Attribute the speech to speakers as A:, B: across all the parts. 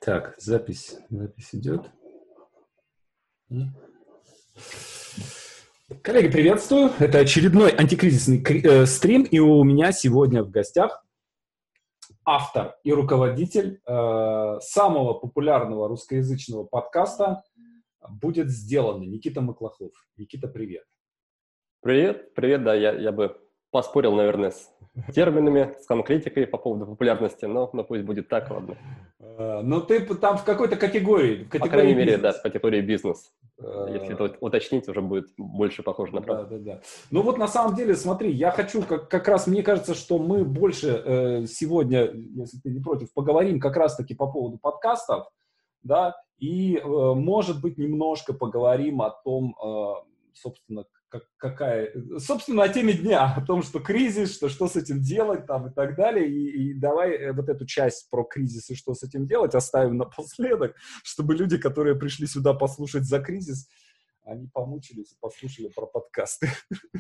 A: Так, запись идет. Коллеги, приветствую. Это очередной антикризисный стрим, и у меня сегодня в гостях автор и руководитель самого популярного русскоязычного подкаста «Будет сделано» Никита Маклахов. Никита, привет.
B: Привет, да, я бы поспорил, наверное, с терминами, с конкретикой по поводу популярности, но пусть будет так, ладно.
A: Но ты там в какой-то категории.
B: По крайней мере, да, в категории бизнес. Если это уточнить, уже будет больше похоже на правду.
A: Да. Ну вот на самом деле, смотри, я хочу как раз, мне кажется, что мы больше сегодня, если ты не против, поговорим как раз-таки по поводу подкастов, да, и, может быть, немножко поговорим о том, собственно, собственно, о теме дня, о том, что кризис, что с этим делать там и так далее, и давай вот эту часть про кризис и что с этим делать оставим напоследок, чтобы люди, которые пришли сюда послушать за кризис, они помучились и послушали про подкасты,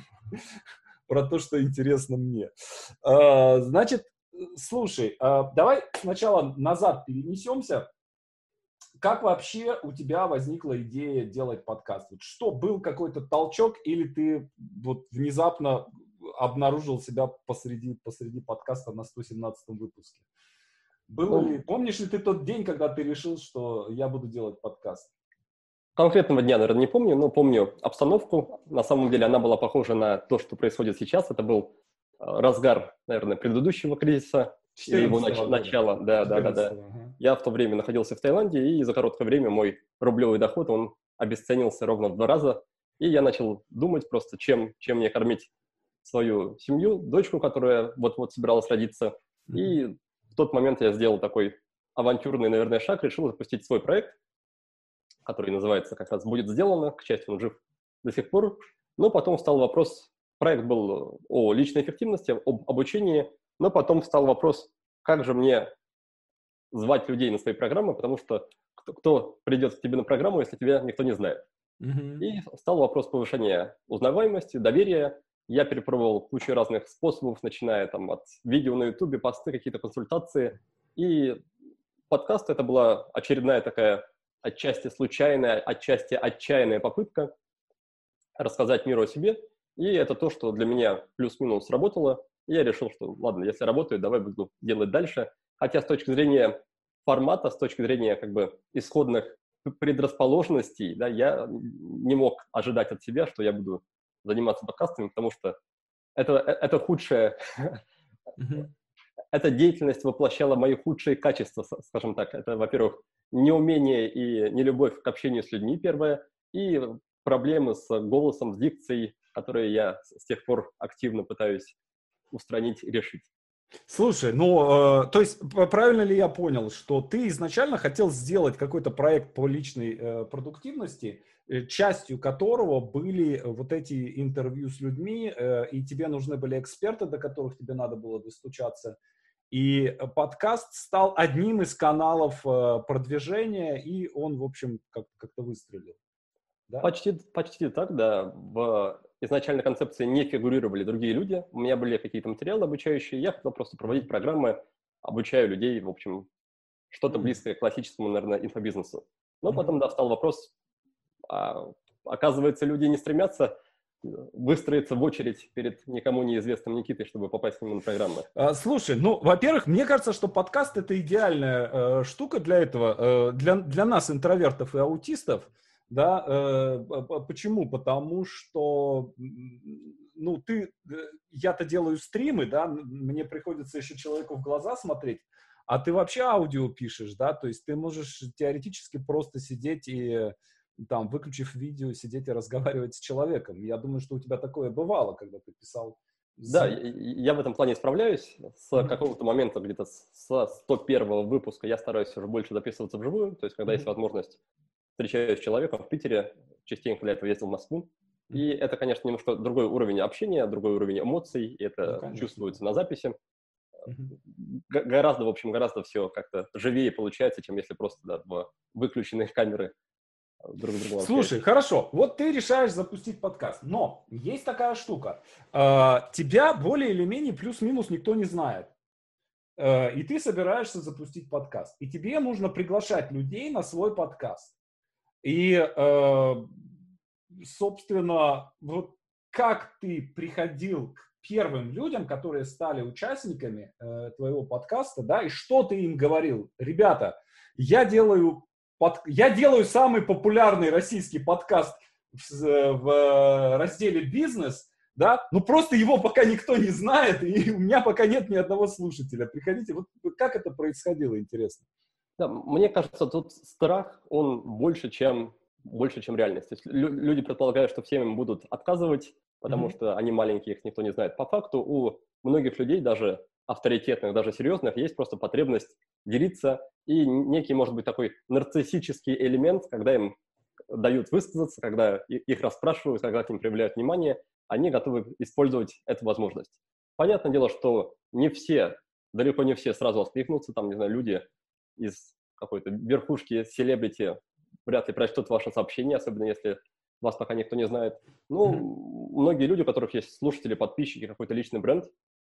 A: про то, что интересно мне. Значит, слушай, давай сначала назад перенесемся. Как вообще у тебя возникла идея делать подкаст? Вот что, был какой-то толчок, или ты вот внезапно обнаружил себя посреди подкаста на 117-м выпуске? Помнишь ли ты тот день, когда ты решил, что я буду делать подкаст?
B: Конкретного дня, наверное, не помню, но помню обстановку. На самом деле она была похожа на то, что происходит сейчас. Это был разгар, наверное, предыдущего кризиса. Или его начало. Да.
A: Ага.
B: Я в то время находился в Таиланде, и за короткое время мой рублевый доход, он обесценился ровно в 2 раза. И я начал думать просто, чем мне кормить свою семью, дочку, которая вот-вот собиралась родиться. И в тот момент я сделал такой авантюрный, наверное, шаг, решил запустить свой проект, который называется как раз «Будет сделано». К счастью, он жив до сих пор. Но потом встал вопрос, проект был о личной эффективности, об обучении, но потом встал вопрос, как же мне звать людей на свои программы, потому что кто придет к тебе на программу, если тебя никто не знает. И стал вопрос повышения узнаваемости, доверия. Я перепробовал кучу разных способов, начиная там от видео на YouTube, посты, какие-то консультации. И подкаст — это была очередная такая отчасти случайная, отчасти отчаянная попытка рассказать миру о себе. И это то, что для меня плюс-минус работало. И я решил, что ладно, если работает, давай буду делать дальше. Хотя с точки зрения формата, с точки зрения как бы исходных предрасположенностей, да, я не мог ожидать от себя, что я буду заниматься подкастами, потому что это худшее... Эта деятельность воплощала мои худшие качества, скажем так. Это, во-первых, неумение и нелюбовь к общению с людьми, первое, и проблемы с голосом, с дикцией, которые я с тех пор активно пытаюсь устранить и решить.
A: Слушай, то есть правильно ли я понял, что ты изначально хотел сделать какой-то проект по личной продуктивности, частью которого были вот эти интервью с людьми, и тебе нужны были эксперты, до которых тебе надо было достучаться, и подкаст стал одним из каналов продвижения, и он, в общем, как-то выстрелил. Да?
B: Почти так, да. В изначальной концепции не фигурировали другие люди. У меня были какие-то материалы обучающие. Я хотел просто проводить программы, обучаю людей, в общем, что-то близкое к классическому, наверное, инфобизнесу. Но потом, да, встал вопрос, оказывается, люди не стремятся выстроиться в очередь перед никому неизвестным Никитой, чтобы попасть к нему на программы.
A: Слушай, во-первых, мне кажется, что подкаст — это идеальная штука для этого, для нас, интровертов и аутистов. Да, почему? Потому что, я-то делаю стримы, да, мне приходится еще человеку в глаза смотреть, а ты вообще аудио пишешь, да, то есть ты можешь теоретически просто сидеть и, там, выключив видео, сидеть и разговаривать с человеком. Я думаю, что у тебя такое бывало, когда ты писал.
B: Да, я в этом плане справляюсь. С какого-то момента, где-то с 101-го выпуска, я стараюсь уже больше записываться вживую, то есть когда есть возможность, встречаюсь с человеком в Питере, частенько для этого ездил в Москву. И это, конечно, немножко другой уровень общения, другой уровень эмоций, и это чувствуется на записи. Гораздо все как-то живее получается, чем если просто в выключенные камеры друг с другом.
A: Слушай, хорошо, вот ты решаешь запустить подкаст, но есть такая штука. Тебя более или менее плюс-минус никто не знает. и ты собираешься запустить подкаст. И тебе нужно приглашать людей на свой подкаст. И, собственно, вот как ты приходил к первым людям, которые стали участниками твоего подкаста, да, и что ты им говорил? Ребята, я делаю самый популярный российский подкаст в разделе «Бизнес», да, но просто его пока никто не знает, и у меня пока нет ни одного слушателя. Приходите, вот как это происходило, интересно?
B: Да, мне кажется, тут страх, он больше, чем реальность. То есть люди предполагают, что всем им будут отказывать, потому что они маленькие, их никто не знает. По факту у многих людей, даже авторитетных, даже серьезных, есть просто потребность делиться и некий, может быть, такой нарциссический элемент, когда им дают высказаться, когда их расспрашивают, когда к ним проявляют внимание, они готовы использовать эту возможность. Понятное дело, что не все, далеко не все сразу откликнутся, там, не знаю, люди из какой-то верхушки селебрити вряд ли прочтут ваше сообщение, особенно если вас пока никто не знает. Ну, многие люди, у которых есть слушатели, подписчики, какой-то личный бренд,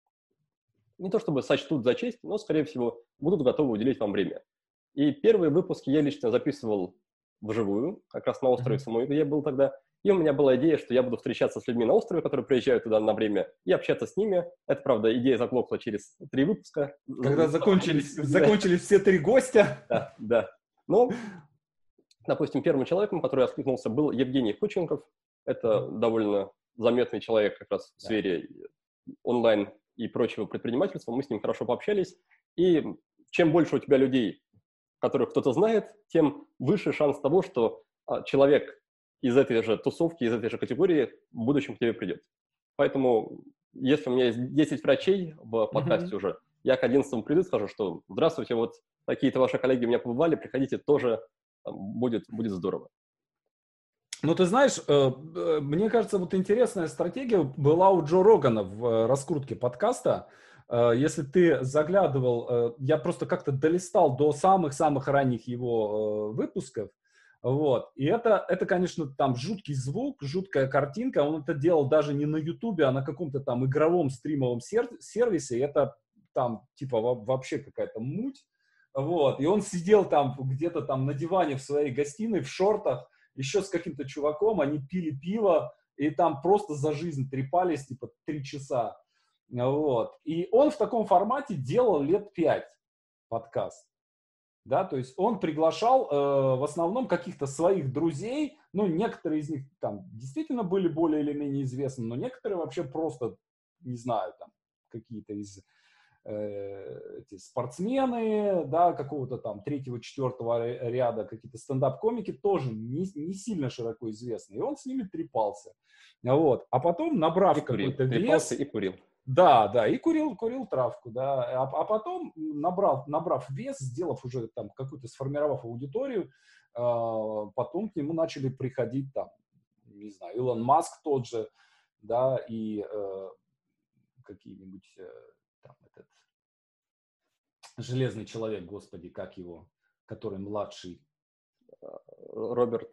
B: не то чтобы сочтут за честь, но, скорее всего, будут готовы уделить вам время. И первые выпуски я лично записывал вживую, как раз на острове Самуи, где я был тогда. И у меня была идея, что я буду встречаться с людьми на острове, которые приезжают туда на время, и общаться с ними. Это, правда, идея заглохла через 3 выпуска.
A: Когда закончились все 3 гостя.
B: Да. Ну, допустим, первым человеком, который откликнулся, был Евгений Кученков. Это довольно заметный человек как раз в сфере онлайн и прочего предпринимательства. Мы с ним хорошо пообщались. И чем больше у тебя людей, которых кто-то знает, тем выше шанс того, что человек из этой же тусовки, из этой же категории в будущем к тебе придет. Поэтому, если у меня есть 10 врачей в подкасте уже, я к 11-му приду и скажу, что здравствуйте, вот такие-то ваши коллеги у меня побывали, приходите, тоже будет здорово.
A: Ну, ты знаешь, мне кажется, вот интересная стратегия была у Джо Рогана в раскрутке подкаста. Если ты заглядывал, я просто как-то долистал до самых-самых ранних его выпусков, вот, и это, конечно, там жуткий звук, жуткая картинка, он это делал даже не на Ютубе, а на каком-то там игровом стримовом сервисе, и это там типа вообще какая-то муть, вот, и он сидел там где-то там на диване в своей гостиной в шортах, еще с каким-то чуваком, они пили пиво, и там просто за жизнь трепались, типа, 3 часа. Вот. И он в таком формате делал лет 5 подкаст. Да, то есть он приглашал в основном каких-то своих друзей, ну, некоторые из них там действительно были более или менее известны, но некоторые вообще просто, не знаю, там, какие-то из эти спортсмены, да, какого-то там 3-4 ряда, какие-то стендап-комики тоже не сильно широко известны. И он с ними трепался. Вот. А потом, набрав какой-то вес...
B: Трепался и курил.
A: Да, и курил травку, да. А потом, набрав вес, сделав уже там какую-то, сформировав аудиторию, потом к нему начали приходить там, не знаю, Илон Маск тот же, да, и какие-нибудь там этот железный человек, господи, как его, который младший.
B: Роберт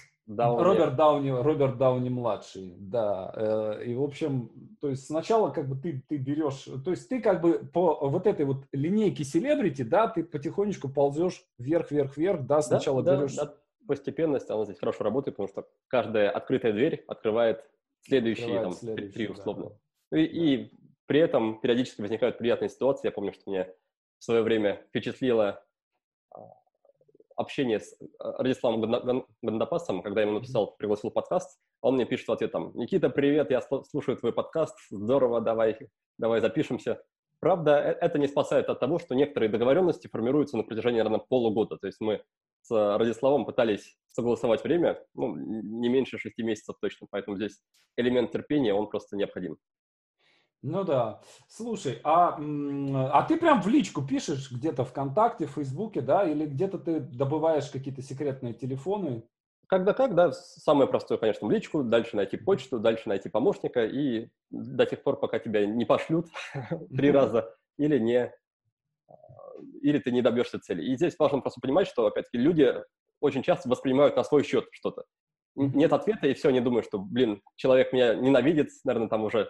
A: Дауни младший, да. И, в общем, то есть сначала как бы ты берешь, то есть ты как бы по вот этой вот линейке селебрити, да, ты потихонечку ползешь вверх, да, сначала берешь...
B: Да, постепенность, она здесь хорошо работает, потому что каждая открытая дверь открывает следующие 3 условно. Да. И при этом периодически возникают приятные ситуации. Я помню, что меня в свое время впечатлило общение с Радиславом Гандапасом, когда я ему написал, пригласил подкаст, он мне пишет в ответ там: «Никита, привет, я слушаю твой подкаст, здорово, давай запишемся». Правда, это не спасает от того, что некоторые договоренности формируются на протяжении, наверное, полугода. То есть мы с Радиславом пытались согласовать время, ну, не меньше 6 месяцев точно, поэтому здесь элемент терпения, он просто необходим.
A: Ну да. Слушай, а ты прям в личку пишешь где-то ВКонтакте, в Фейсбуке, да, или где-то ты добываешь какие-то секретные телефоны?
B: Когда как, да, самое простое, конечно, в личку, дальше найти почту, дальше найти помощника, и до тех пор, пока тебя не пошлют 3 раза, или ты не добьешься цели. И здесь важно просто понимать, что, опять-таки, люди очень часто воспринимают на свой счет что-то. Нет ответа, и все, они думают, что, человек меня ненавидит, наверное, там уже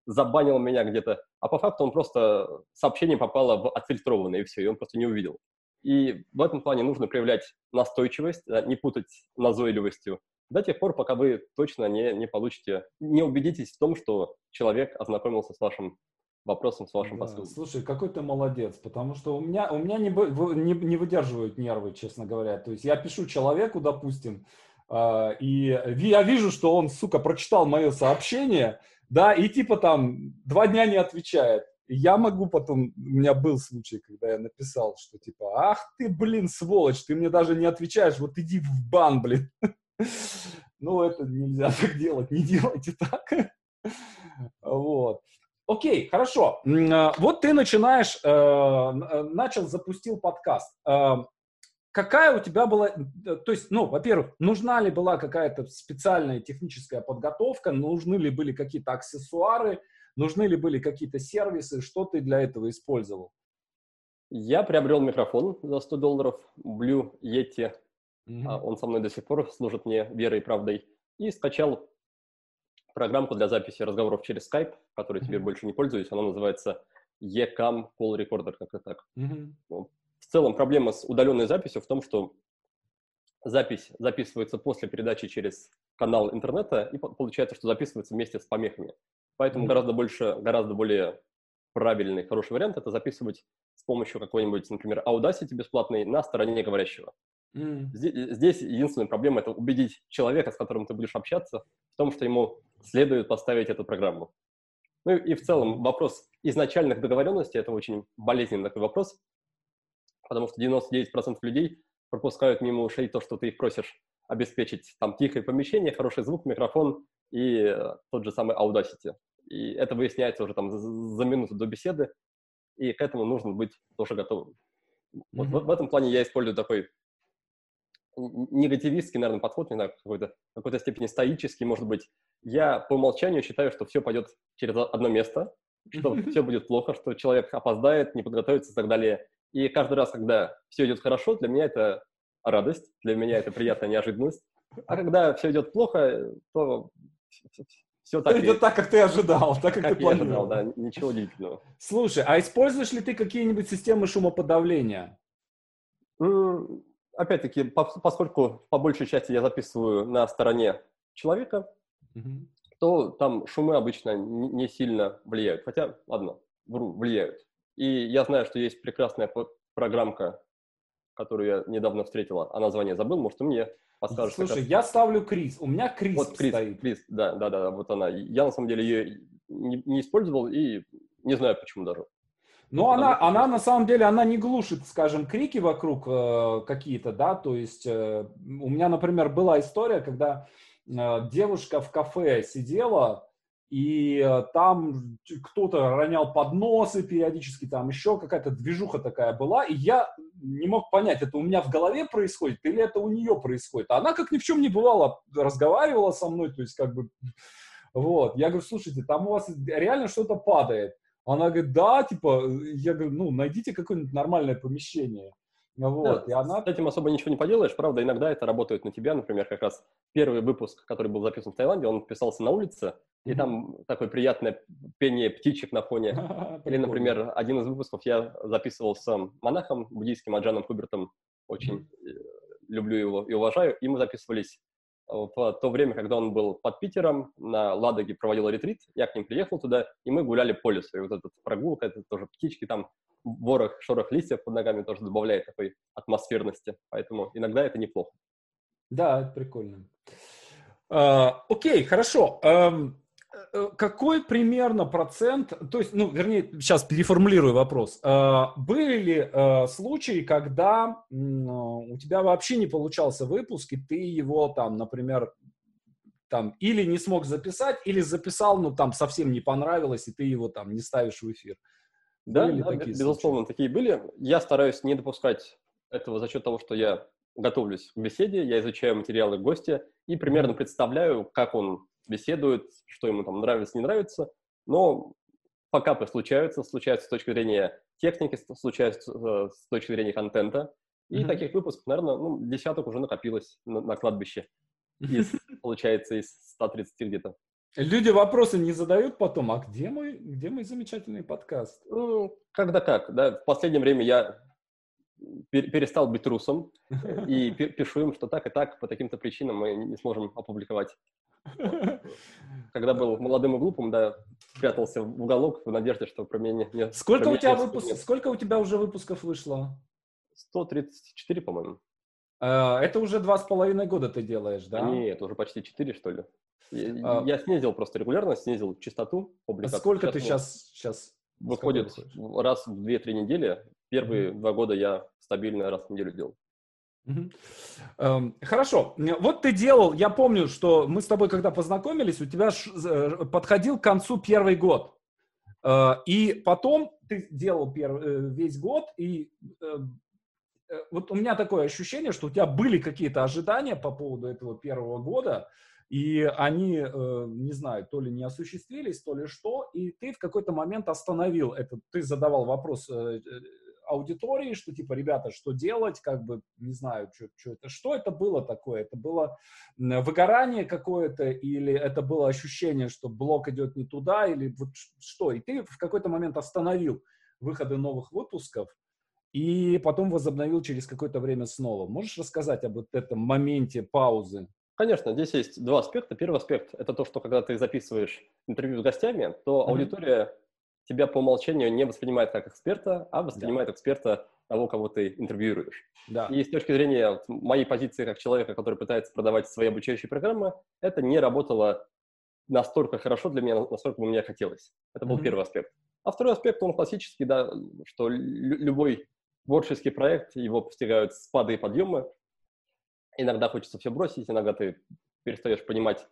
B: забанил меня где-то, а по факту он просто сообщение попало в отфильтрованное, и все, и он просто не увидел. И в этом плане нужно проявлять настойчивость, не путать назойливостью, до тех пор, пока вы точно не получите, не убедитесь в том, что человек ознакомился с вашим вопросом, с вашим
A: Да,
B: посылом.
A: слушай, какой ты молодец, потому что у меня не выдерживают нервы, честно говоря. То есть я пишу человеку, допустим, я вижу, что он, сука, прочитал мое сообщение, да, и типа там 2 дня не отвечает. И я могу потом, у меня был случай, когда я написал, что типа, ах ты, блин, сволочь, ты мне даже не отвечаешь, вот иди в бан, блин. Ну, это нельзя так делать, не делайте так. Вот. Окей, хорошо. Вот ты запустил подкаст. Какая у тебя была, то есть, ну, во-первых, нужна ли была какая-то специальная техническая подготовка, нужны ли были какие-то аксессуары, нужны ли были какие-то сервисы, что ты для этого использовал?
B: Я приобрел микрофон за $100, Blue Yeti. Он со мной до сих пор служит мне верой и правдой. И скачал программку для записи разговоров через Skype, которой теперь больше не пользуюсь. Она называется Ecamm Call Recorder, как-то так. В целом проблема с удаленной записью в том, что запись записывается после передачи через канал интернета, и получается, что записывается вместе с помехами. Поэтому гораздо более правильный, хороший вариант — это записывать с помощью какой-нибудь, например, Audacity бесплатной на стороне говорящего. Здесь единственная проблема — это убедить человека, с которым ты будешь общаться, в том, что ему следует поставить эту программу. Ну и в целом вопрос изначальных договоренностей — это очень болезненный такой вопрос, потому что 99% людей пропускают мимо ушей то, что ты их просишь обеспечить там тихое помещение, хороший звук, микрофон и тот же самый Audacity. И это выясняется уже там за минуту до беседы, и к этому нужно быть тоже готовым. Вот в этом плане я использую такой негативистский, наверное, подход, не знаю, в какой-то степени стоический, может быть. Я по умолчанию считаю, что все пойдет через одно место, что все будет плохо, что человек опоздает, не подготовится и так далее. И каждый раз, когда все идет хорошо, для меня это радость, для меня это приятная неожиданность. А когда все идет плохо, то все так
A: идет так, как ты ожидал, так, как ты планировал.
B: Да, ничего удивительного.
A: Слушай, а используешь ли ты какие-нибудь системы шумоподавления?
B: Опять-таки, поскольку по большей части я записываю на стороне человека, то там шумы обычно не сильно влияют. Хотя, ладно, влияют. И я знаю, что есть прекрасная программка, которую я недавно встретила, а название забыл, может, ты мне подскажешь.
A: Слушай, я ставлю Крис. У меня Крис вот, стоит.
B: Крис, да, вот она. Я, на самом деле, ее не использовал и не знаю, почему даже.
A: Но она на самом деле, она не глушит, скажем, крики вокруг какие-то, да, то есть у меня, например, была история, когда девушка в кафе сидела, и там кто-то ронял подносы периодически, там еще какая-то движуха такая была, и я не мог понять, это у меня в голове происходит или это у нее происходит. А она, как ни в чем не бывало, разговаривала со мной, то есть как бы, вот. Я говорю, слушайте, там у вас реально что-то падает. Она говорит, да, типа, я говорю, ну, найдите какое-нибудь нормальное помещение. Вот,
B: да, с этим особо ничего не поделаешь, правда, иногда это работает на тебя, например, как раз первый выпуск, который был записан в Таиланде, он писался на улице, и там такое приятное пение птичек на фоне. Или, например, один из выпусков я записывал с монахом буддийским Аджаном Хубертом, очень люблю его и уважаю, и мы записывались в то время, когда он был под Питером, на Ладоге проводил ретрит, я к ним приехал туда, и мы гуляли по лесу. И вот эта прогулка, это тоже птички, там ворох, шорох листьев под ногами тоже добавляет такой атмосферности. Поэтому иногда это неплохо.
A: Да, это прикольно. Окей, хорошо. Какой примерно процент, то есть, ну, вернее, сейчас переформулирую вопрос. Были ли случаи, когда у тебя вообще не получался выпуск, и ты его там, например, там или не смог записать, или записал, но там совсем не понравилось, и ты его там не ставишь в эфир?
B: Да, безусловно, такие были. Я стараюсь не допускать этого за счет того, что я готовлюсь к беседе, я изучаю материалы гостя и примерно представляю, как он беседует, что ему там нравится, не нравится. Но факапы случаются с точки зрения техники, случаются с точки зрения контента. И таких выпусков, наверное, десяток уже накопилось на кладбище. Получается, из 130 где-то.
A: Люди вопросы не задают потом, а где мой замечательный подкаст?
B: Ну, когда как, да. В последнее время я перестал быть трусом и пишу им, что так и так, по таким-то причинам мы не сможем опубликовать. Вот. Когда был молодым и глупым, да, прятался в уголок в надежде, что про меня
A: Сколько у тебя
B: вспомнят.
A: сколько у тебя уже выпусков вышло?
B: 134, по-моему.
A: Это уже 2,5 года ты делаешь,
B: А
A: да?
B: нет, уже почти 4, что ли.
A: А
B: Я снизил просто регулярность, снизил частоту публикации.
A: сколько
B: Сейчас
A: ты
B: у меня
A: сейчас с какой
B: выходит
A: выходишь?
B: раз в 2-3 недели. Первые
A: Мгм.
B: 2 года я стабильно раз в неделю делал.
A: Мгм. Хорошо. Вот ты делал, я помню, что мы с тобой, когда познакомились, у тебя подходил к концу первый год. И потом ты делал весь год, и вот у меня такое ощущение, что у тебя были какие-то ожидания по поводу этого первого года, и они, не знаю, то ли не осуществились, то ли что, и ты в какой-то момент остановил это, ты задавал вопрос аудитории, что типа, ребята, что делать, как бы, не знаю, что это было такое, это было выгорание какое-то, или это было ощущение, что блог идет не туда, или вот что, и ты в какой-то момент остановил выходы новых выпусков, и потом возобновил через какое-то время снова. Можешь рассказать об вот этом моменте паузы?
B: Конечно, здесь есть два аспекта. Первый аспект – это то, что когда ты записываешь интервью с гостями, то
A: Мгм.
B: аудитория тебя по умолчанию не воспринимает как эксперта, а
A: Да,
B: воспринимает эксперта того, кого ты интервьюируешь.
A: да.
B: И с точки зрения вот моей позиции как человека, который пытается продавать свои обучающие программы, это не работало настолько хорошо для меня, насколько бы мне хотелось. Это был
A: Мгм.
B: первый аспект. А второй аспект, он классический, да, что любой творческий проект, его постигают спады и подъемы. Иногда хочется все бросить, иногда ты перестаешь понимать,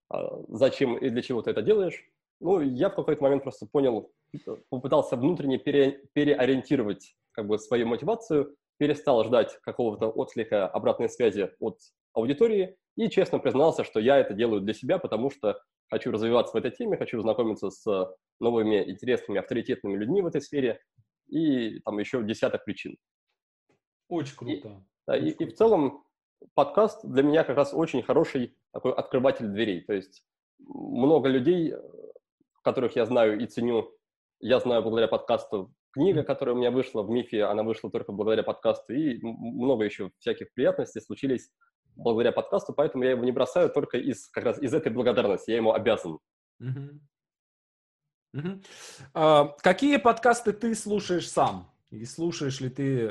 B: зачем и для чего ты это делаешь. Ну, я в какой-то момент просто понял, попытался внутренне переориентировать как бы свою мотивацию, перестал ждать какого-то отклика обратной связи от аудитории и честно признался, что я это делаю для себя, потому что хочу развиваться в этой теме, хочу знакомиться с новыми интересными, авторитетными людьми в этой сфере и там еще десяток причин.
A: Очень
B: И,
A: круто.
B: да,
A: Очень
B: и в
A: круто.
B: целом подкаст для меня как раз очень хороший такой открыватель дверей. То есть много людей, которых я знаю и ценю, я знаю благодаря подкасту. Книга,
A: Мгм.
B: которая у меня вышла в МИФе, она вышла только благодаря подкасту. И много еще всяких приятностей случились благодаря подкасту, поэтому я его не бросаю только как раз из этой благодарности. Я ему обязан.
A: Мгм. Мгм. Какие подкасты ты слушаешь сам? И слушаешь ли ты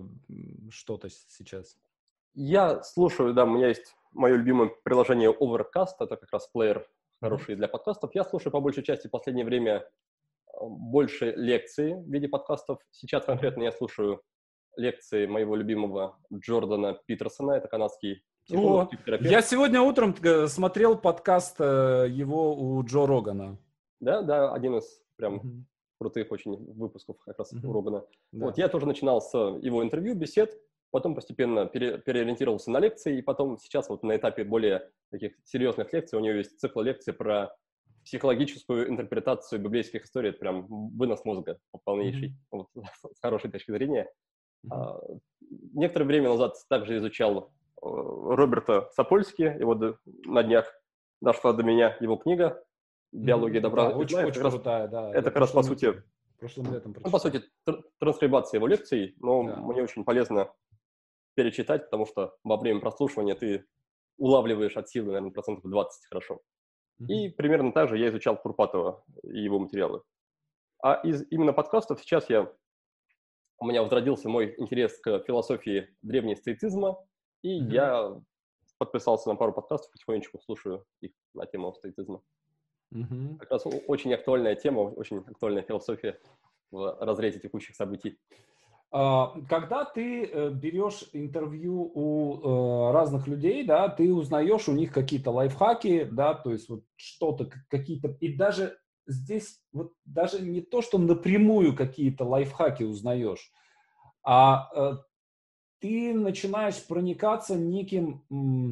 A: что-то сейчас?
B: Я слушаю, да, у меня есть мое любимое приложение Overcast, это как раз плеер
A: Мгм.
B: хороший для подкастов. Я слушаю по большей части в последнее время больше лекций в виде подкастов. Сейчас
A: Мгм.
B: конкретно я слушаю лекции моего любимого Джордана Питерсона, это канадский психолог,
A: О, я
B: психотерапевт.
A: сегодня утром смотрел подкаст его у Джо Рогана.
B: Да, да, один из прям
A: Мгм.
B: крутых очень выпусков как раз у
A: Мгм.
B: Рогана. Вот,
A: Да.
B: я тоже начинал с его интервью, бесед, потом постепенно переориентировался на лекции, и потом сейчас вот на этапе более таких серьезных лекций у него есть цикл лекций про психологическую интерпретацию библейских историй. Это прям вынос мозга полнейший,
A: Мгм.
B: вот, с хорошей точки зрения.
A: Мгм.
B: А, Некоторое время назад также изучал Роберта Сапольски, и вот на днях дошла до меня его книга «Биология
A: Мгм.
B: добра
A: Да,
B: и
A: очень,
B: зла».
A: очень крутая, да.
B: Это
A: Я
B: как раз по сути,
A: прошлым летом
B: ну, по
A: прочитал.
B: сути транскрибация его лекций, но
A: Да.
B: мне очень полезно перечитать, потому что во время прослушивания ты улавливаешь от силы, наверное, процентов 20 хорошо. И
A: Мгм.
B: примерно так же я изучал Курпатова и его материалы. А из именно подкастов сейчас у меня возродился мой интерес к философии древнего стоицизма, и
A: Мгм.
B: я подписался на пару подкастов, потихонечку слушаю их на тему стоицизма.
A: Мгм.
B: Как раз очень актуальная тема, очень актуальная философия в разрезе текущих событий.
A: Когда ты берешь интервью у разных людей, да, ты узнаешь у них какие-то лайфхаки, да, то есть вот что-то, какие-то, и даже здесь вот даже не то, что напрямую какие-то лайфхаки узнаешь, а ты начинаешь проникаться неким,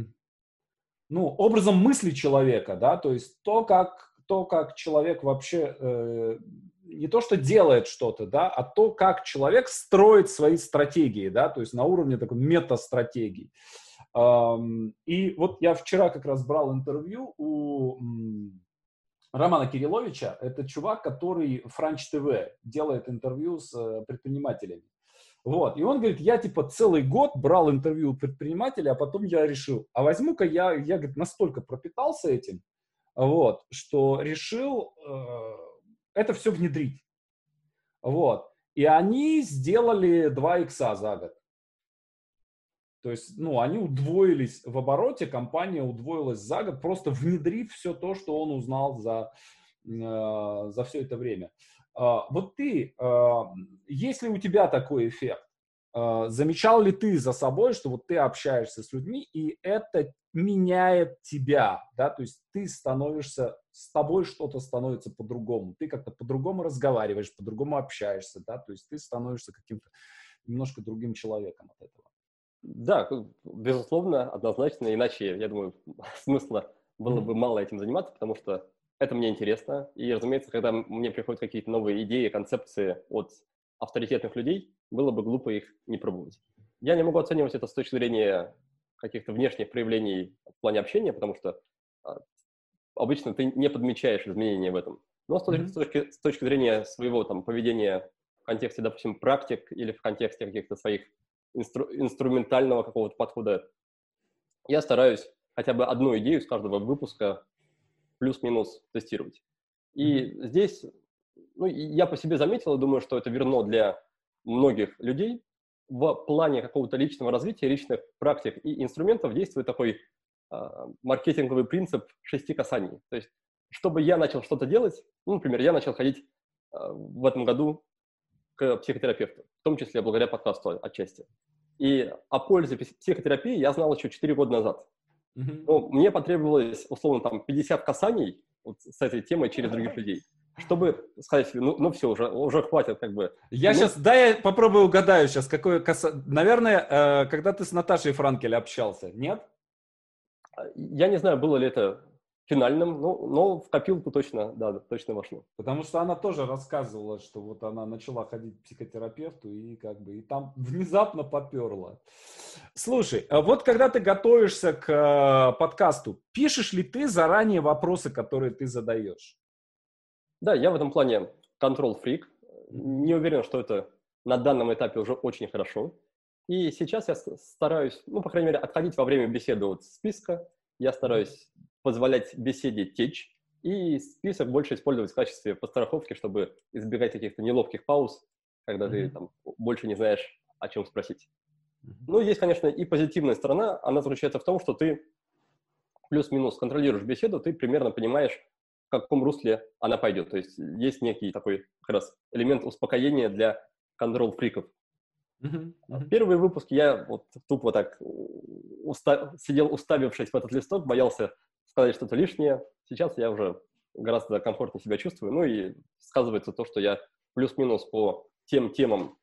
A: ну, образом мысли человека, да, то есть то, как человек вообще не то, что делает что-то, да, а то, как человек строит свои стратегии, да, то есть на уровне такой метастратегии. И вот я вчера как раз брал интервью у Романа Кирилловича. Это чувак, который Франч ТВ делает интервью с предпринимателями. Вот. И он говорит, я типа целый год брал интервью у предпринимателя, а потом я решил, а возьму-ка я говорит, настолько пропитался этим, вот, что решил это все внедрить. Вот. И они сделали 2 икса за год. То есть, ну, они удвоились в обороте, компания удвоилась за год, просто внедрив все то, что он узнал за все это время. Вот ты, есть ли у тебя такой эффект? Замечал ли ты за собой, что вот ты общаешься с людьми, и это меняет тебя, да, то есть ты становишься, с тобой что-то становится по-другому, ты как-то по-другому разговариваешь, по-другому общаешься, да, то есть ты становишься каким-то немножко другим человеком от этого.
B: Да, безусловно, однозначно, иначе, я думаю, смысла было бы мало этим заниматься, потому что это мне интересно. И, разумеется, когда мне приходят какие-то новые идеи, концепции от авторитетных людей, было бы глупо их не пробовать. Я не могу оценивать это с точки зрения каких-то внешних проявлений в плане общения, потому что обычно ты не подмечаешь изменения в этом. Но с точки зрения своего там, поведения в контексте, допустим, практик или в контексте каких-то своих инструментального какого-то подхода, я стараюсь хотя бы одну идею с каждого выпуска плюс-минус тестировать. И здесь, ну, я по себе заметил, и думаю, что это верно для многих людей, в плане какого-то личного развития, личных практик и инструментов действует такой маркетинговый принцип 6 касаний. То есть, чтобы я начал что-то делать, ну, например, я начал ходить в этом году к психотерапевту, в том числе благодаря подкасту отчасти. И о пользе психотерапии я знал еще 4 года назад. Но мне потребовалось, условно, там 50 касаний вот с этой темой через других людей, чтобы сказать себе, ну все, уже хватит как бы.
A: Я попробую угадаю сейчас, наверное, когда ты с Наташей Франкель общался, нет?
B: Я не знаю, было ли это финальным, но в копилку точно, да, точно вошло.
A: Потому что она тоже рассказывала, что вот она начала ходить к психотерапевту и там внезапно поперло. Слушай, вот когда ты готовишься к подкасту, пишешь ли ты заранее вопросы, которые ты задаешь?
B: Да, я в этом плане control-freak. Не уверен, что это на данном этапе уже очень хорошо. И сейчас я стараюсь, ну, по крайней мере, отходить во время беседы от списка. Я стараюсь позволять беседе течь. И список больше использовать в качестве подстраховки, чтобы избегать каких-то неловких пауз, когда ты там больше не знаешь, о чем спросить. Ну, есть, конечно, и позитивная сторона. Она заключается в том, что ты плюс-минус контролируешь беседу, ты примерно понимаешь, в каком русле она пойдет. То есть есть некий такой как раз элемент успокоения для контрол-фриков. Первые выпуски я вот тупо так сидел, уставившись в этот листок, боялся сказать что-то лишнее. Сейчас я уже гораздо комфортнее себя чувствую. Ну и сказывается то, что я плюс-минус по тем темам,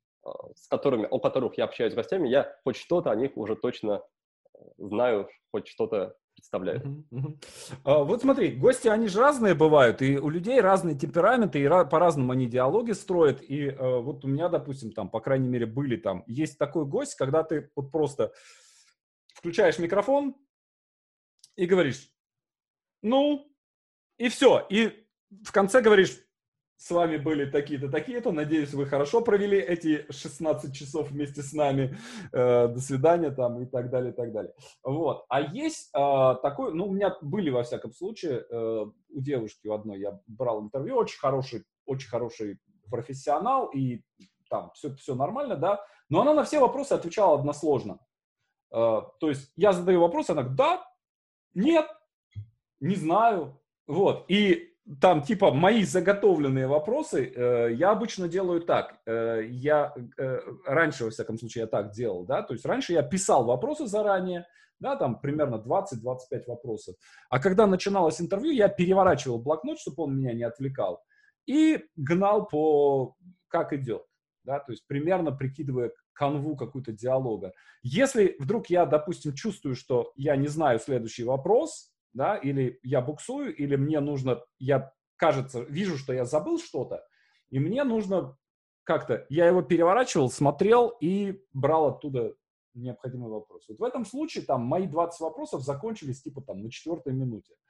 B: о которых я общаюсь с гостями, я хоть что-то о них уже точно знаю, хоть что-то представляю.
A: Вот смотри, гости, они же разные бывают, и у людей разные темпераменты, и по-разному они диалоги строят. И вот у меня, допустим, там, по крайней мере, есть такой гость, когда ты вот просто включаешь микрофон и говоришь, ну, и все. И в конце говоришь, с вами были такие-то, такие-то. Надеюсь, вы хорошо провели эти 16 часов вместе с нами. До свидания там и так далее, и так далее. Вот. А есть такой, ну, у меня были, во всяком случае, у девушки у одной я брал интервью, очень хороший профессионал, и там все нормально, да, но она на все вопросы отвечала односложно. То есть я задаю вопрос, она говорит, да, нет, не знаю. Вот. И там, типа, мои заготовленные вопросы, я обычно делаю так. Раньше, во всяком случае, я так делал, да, то есть раньше я писал вопросы заранее, да, там примерно 20-25 вопросов. А когда начиналось интервью, я переворачивал блокнот, чтобы он меня не отвлекал, и гнал как идет, да, то есть примерно прикидывая канву какую-то диалога. Если вдруг я, допустим, чувствую, что я не знаю следующий вопрос, да, или я буксую, или мне нужно, вижу, что я забыл что-то, и мне нужно как-то, я его переворачивал, смотрел и брал оттуда необходимый вопрос. Вот в этом случае там мои 20 вопросов закончились типа там на 4-й минуте.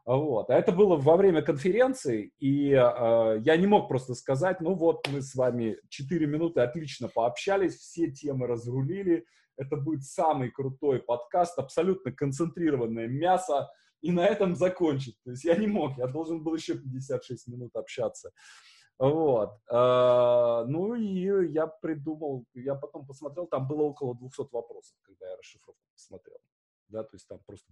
A: Вот. А это было во время конференции, и я не мог просто сказать, ну вот, мы с вами 4 минуты отлично пообщались, все темы разрулили, это будет самый крутой подкаст, абсолютно концентрированное мясо, и на этом закончить. То есть я не мог, я должен был еще 56 минут общаться. Вот. Ну и я придумал, я потом посмотрел, там было около 200 вопросов, когда я расшифровку посмотрел. Да, то есть там просто...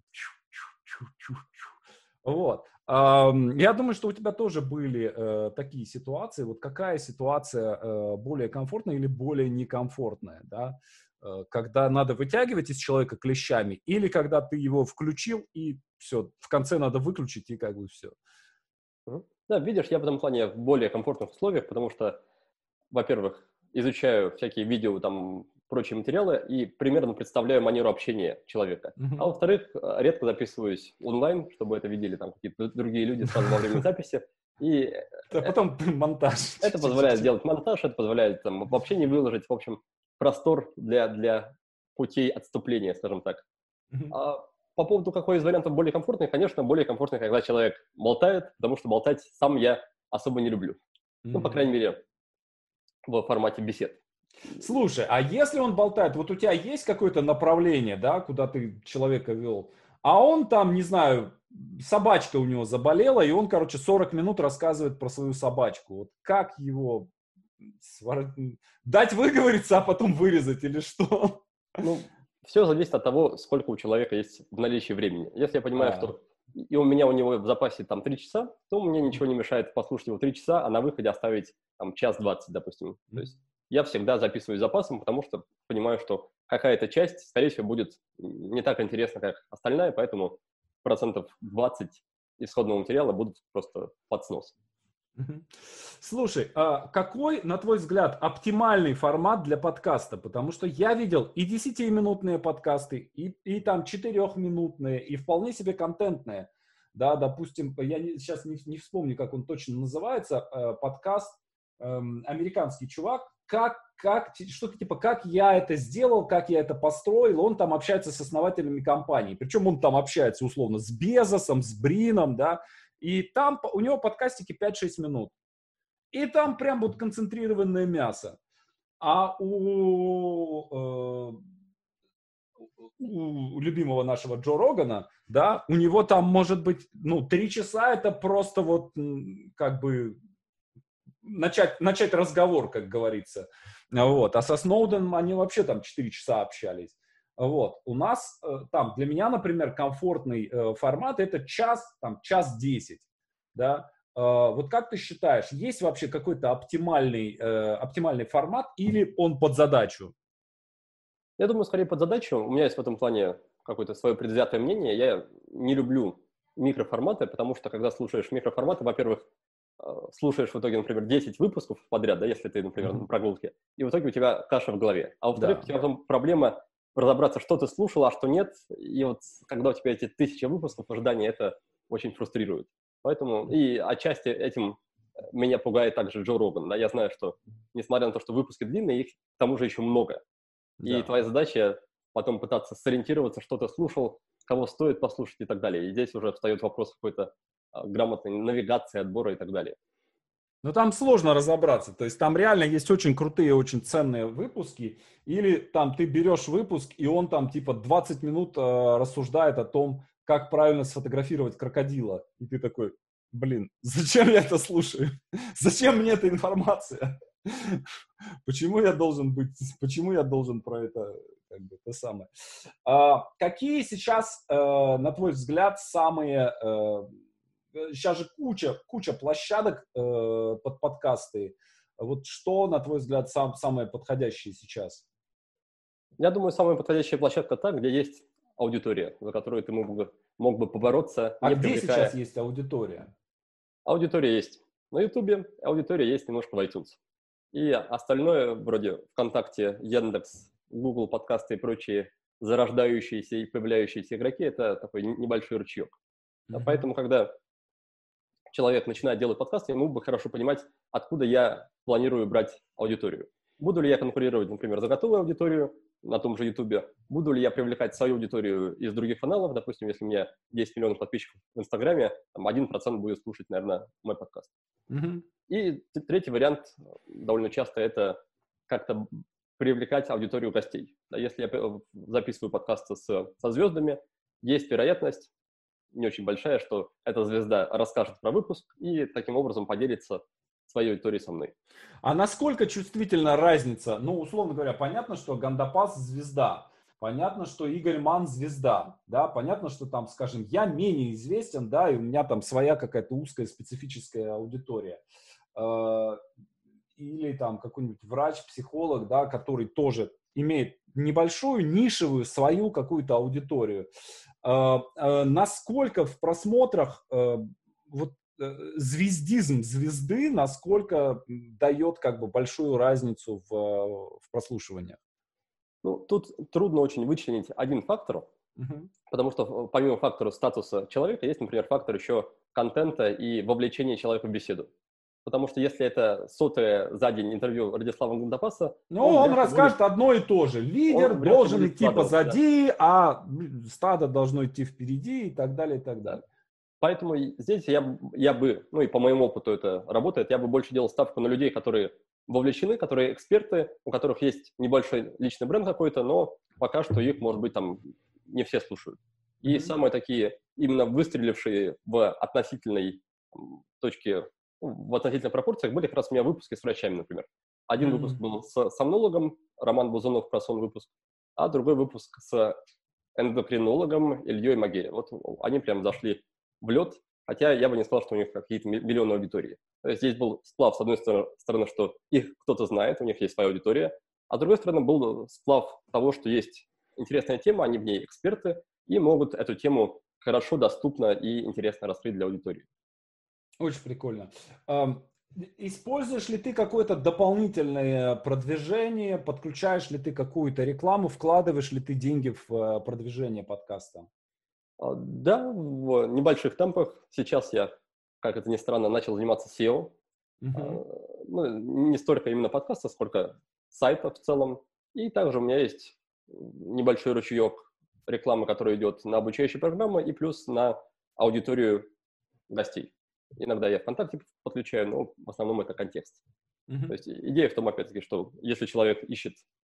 A: Вот. Я думаю, что у тебя тоже были такие ситуации. Вот какая ситуация более комфортная или более некомфортная, да? Когда надо вытягивать из человека клещами, или когда ты его включил и все, в конце надо выключить и как бы все.
B: Да, видишь, я в этом плане в более комфортных условиях, потому что, во-первых, изучаю всякие видео, там, прочие материалы и примерно представляю манеру общения человека. А во-вторых, редко записываюсь онлайн, чтобы это видели там какие-то другие люди сразу во время записи. И
A: а потом монтаж.
B: Это позволяет сделать монтаж, это позволяет там вообще не выложить, в общем, простор для путей отступления, скажем так. А по поводу какой из вариантов более комфортный, конечно, более комфортный, когда человек болтает, потому что болтать сам я особо не люблю. Ну, по крайней мере, в формате бесед.
A: Слушай, а если он болтает, вот у тебя есть какое-то направление, да, куда ты человека вел, а он там, не знаю, собачка у него заболела, и он, короче, 40 минут рассказывает про свою собачку. Вот как его дать выговориться, а потом вырезать или что?
B: Ну, все зависит от того, сколько у человека есть в наличии времени. Если я понимаю, что и у него в запасе там 3 часа, то мне ничего не мешает послушать его 3 часа, а на выходе оставить там час 20, допустим. То есть я всегда записываю с запасом, потому что понимаю, что какая-то часть, скорее всего, будет не так интересна, как остальная, поэтому 20% исходного материала будут просто под снос.
A: Слушай, а какой, на твой взгляд, оптимальный формат для подкаста? Потому что я видел и 10-минутные подкасты, и там 4-минутные, и вполне себе контентные. Да, допустим, я сейчас не вспомню, как он точно называется, подкаст, американский чувак, что-то типа, как я это сделал, как я это построил, он там общается с основателями компаний. Причем он там общается, условно, с Безосом, с Брином, да, и там у него подкастики 5-6 минут. И там прям вот концентрированное мясо. А у любимого нашего Джо Рогана, да, у него там может быть, 3 часа это просто вот как бы начать разговор, как говорится. Вот. А со Сноуденом они вообще там 4 часа общались. Вот. У нас там, для меня, например, комфортный формат это час 10. Да? Вот как ты считаешь, есть вообще какой-то оптимальный формат или он под задачу?
B: Я думаю, скорее под задачу. У меня есть в этом плане какое-то свое предвзятое мнение. Я не люблю микроформаты, потому что, когда слушаешь микроформаты, во-первых, слушаешь в итоге, например, 10 выпусков подряд, да, если ты, например, на прогулке, и в итоге у тебя каша в голове. А во-вторых, у тебя потом проблема разобраться, что ты слушал, а что нет. И вот когда у тебя эти 1000 выпусков ожидания, это очень фрустрирует. Поэтому и отчасти этим меня пугает также Джо Роган. Да? Я знаю, что несмотря на то, что выпуски длинные, их к тому же еще много. И твоя задача потом пытаться сориентироваться, что ты слушал, кого стоит послушать и так далее. И здесь уже встает вопрос какой-то грамотной навигации, отбора и так далее.
A: Но там сложно разобраться. То есть там реально есть очень крутые, очень ценные выпуски. Или там ты берешь выпуск, и он там типа 20 минут рассуждает о том, как правильно сфотографировать крокодила. И ты такой, блин, зачем я это слушаю? Зачем мне эта информация? Почему я должен про это, как бы, это самое? Какие сейчас, на твой взгляд, самые... Сейчас же куча площадок под подкасты. Вот что, на твой взгляд, самое подходящее сейчас?
B: Я думаю, самая подходящая площадка та, где есть аудитория, за которую ты мог бы побороться,
A: не
B: привлекая...
A: где сейчас есть аудитория?
B: Аудитория есть на Ютубе, аудитория есть немножко в iTunes. И остальное, вроде ВКонтакте, Яндекс, Google подкасты и прочие зарождающиеся и появляющиеся игроки, это такой небольшой ручеек. Поэтому, когда человек начинает делать подкасты, ему бы хорошо понимать, откуда я планирую брать аудиторию. Буду ли я конкурировать, например, за готовую аудиторию, на том же YouTube, буду ли я привлекать свою аудиторию из других каналов. Допустим, если у меня 10 миллионов подписчиков в Инстаграме, там 1% будет слушать, наверное, мой подкаст. И третий вариант довольно часто это как-то привлекать аудиторию гостей. Да, если я записываю подкасты со звездами, есть вероятность, не очень большая, что эта звезда расскажет про выпуск и таким образом поделится своей аудиторией со мной.
A: А насколько чувствительна разница? Ну, условно говоря, понятно, что Гандапас звезда. Понятно, что Игорь Ман звезда, да, понятно, что там, скажем, я менее известен, да, и у меня там своя какая-то узкая специфическая аудитория. Или там какой-нибудь врач, психолог, да, который тоже имеет небольшую нишевую свою какую-то аудиторию. Насколько в просмотрах вот звездизм звезды, насколько дает как бы большую разницу в прослушиваниях?
B: Ну, тут трудно очень вычленить один фактор, потому что помимо фактора статуса человека есть, например, фактор еще контента и вовлечения человека в беседу. Потому что если это 100-е за день интервью Радислава Гандапаса...
A: Ну, он расскажет одно и то же. Лидер должен идти позади, да, а стадо должно идти впереди и так далее, и так далее.
B: Да. Поэтому здесь я бы, ну и по моему опыту это работает, я бы больше делал ставку на людей, которые вовлечены, которые эксперты, у которых есть небольшой личный бренд какой-то, но пока что их, может быть, там не все слушают. И самые такие именно выстрелившие в относительной точке, в относительных пропорциях были как раз у меня выпуски с врачами, например. Один выпуск был с сомнологом, Роман Бузунов про сон выпуск, а другой выпуск с эндокринологом Ильей Магеря. Вот они прям зашли в лед, хотя я бы не сказал, что у них какие-то миллионы аудитории. То есть здесь был сплав, с одной стороны, что их кто-то знает, у них есть своя аудитория, а с другой стороны был сплав того, что есть интересная тема, они в ней эксперты и могут эту тему хорошо, доступно и интересно раскрыть для аудитории.
A: Очень прикольно. Используешь ли ты какое-то дополнительное продвижение, подключаешь ли ты какую-то рекламу, вкладываешь ли ты деньги в продвижение подкаста?
B: Да, в небольших темпах. Сейчас я, как это ни странно, начал заниматься SEO. Ну, не столько именно подкаста, сколько сайта в целом. И также у меня есть небольшой ручеек рекламы, которая идет на обучающие программы и плюс на аудиторию гостей. Иногда я ВКонтакте подключаю, но в основном это контекст. То есть идея в том, опять-таки, что если человек ищет,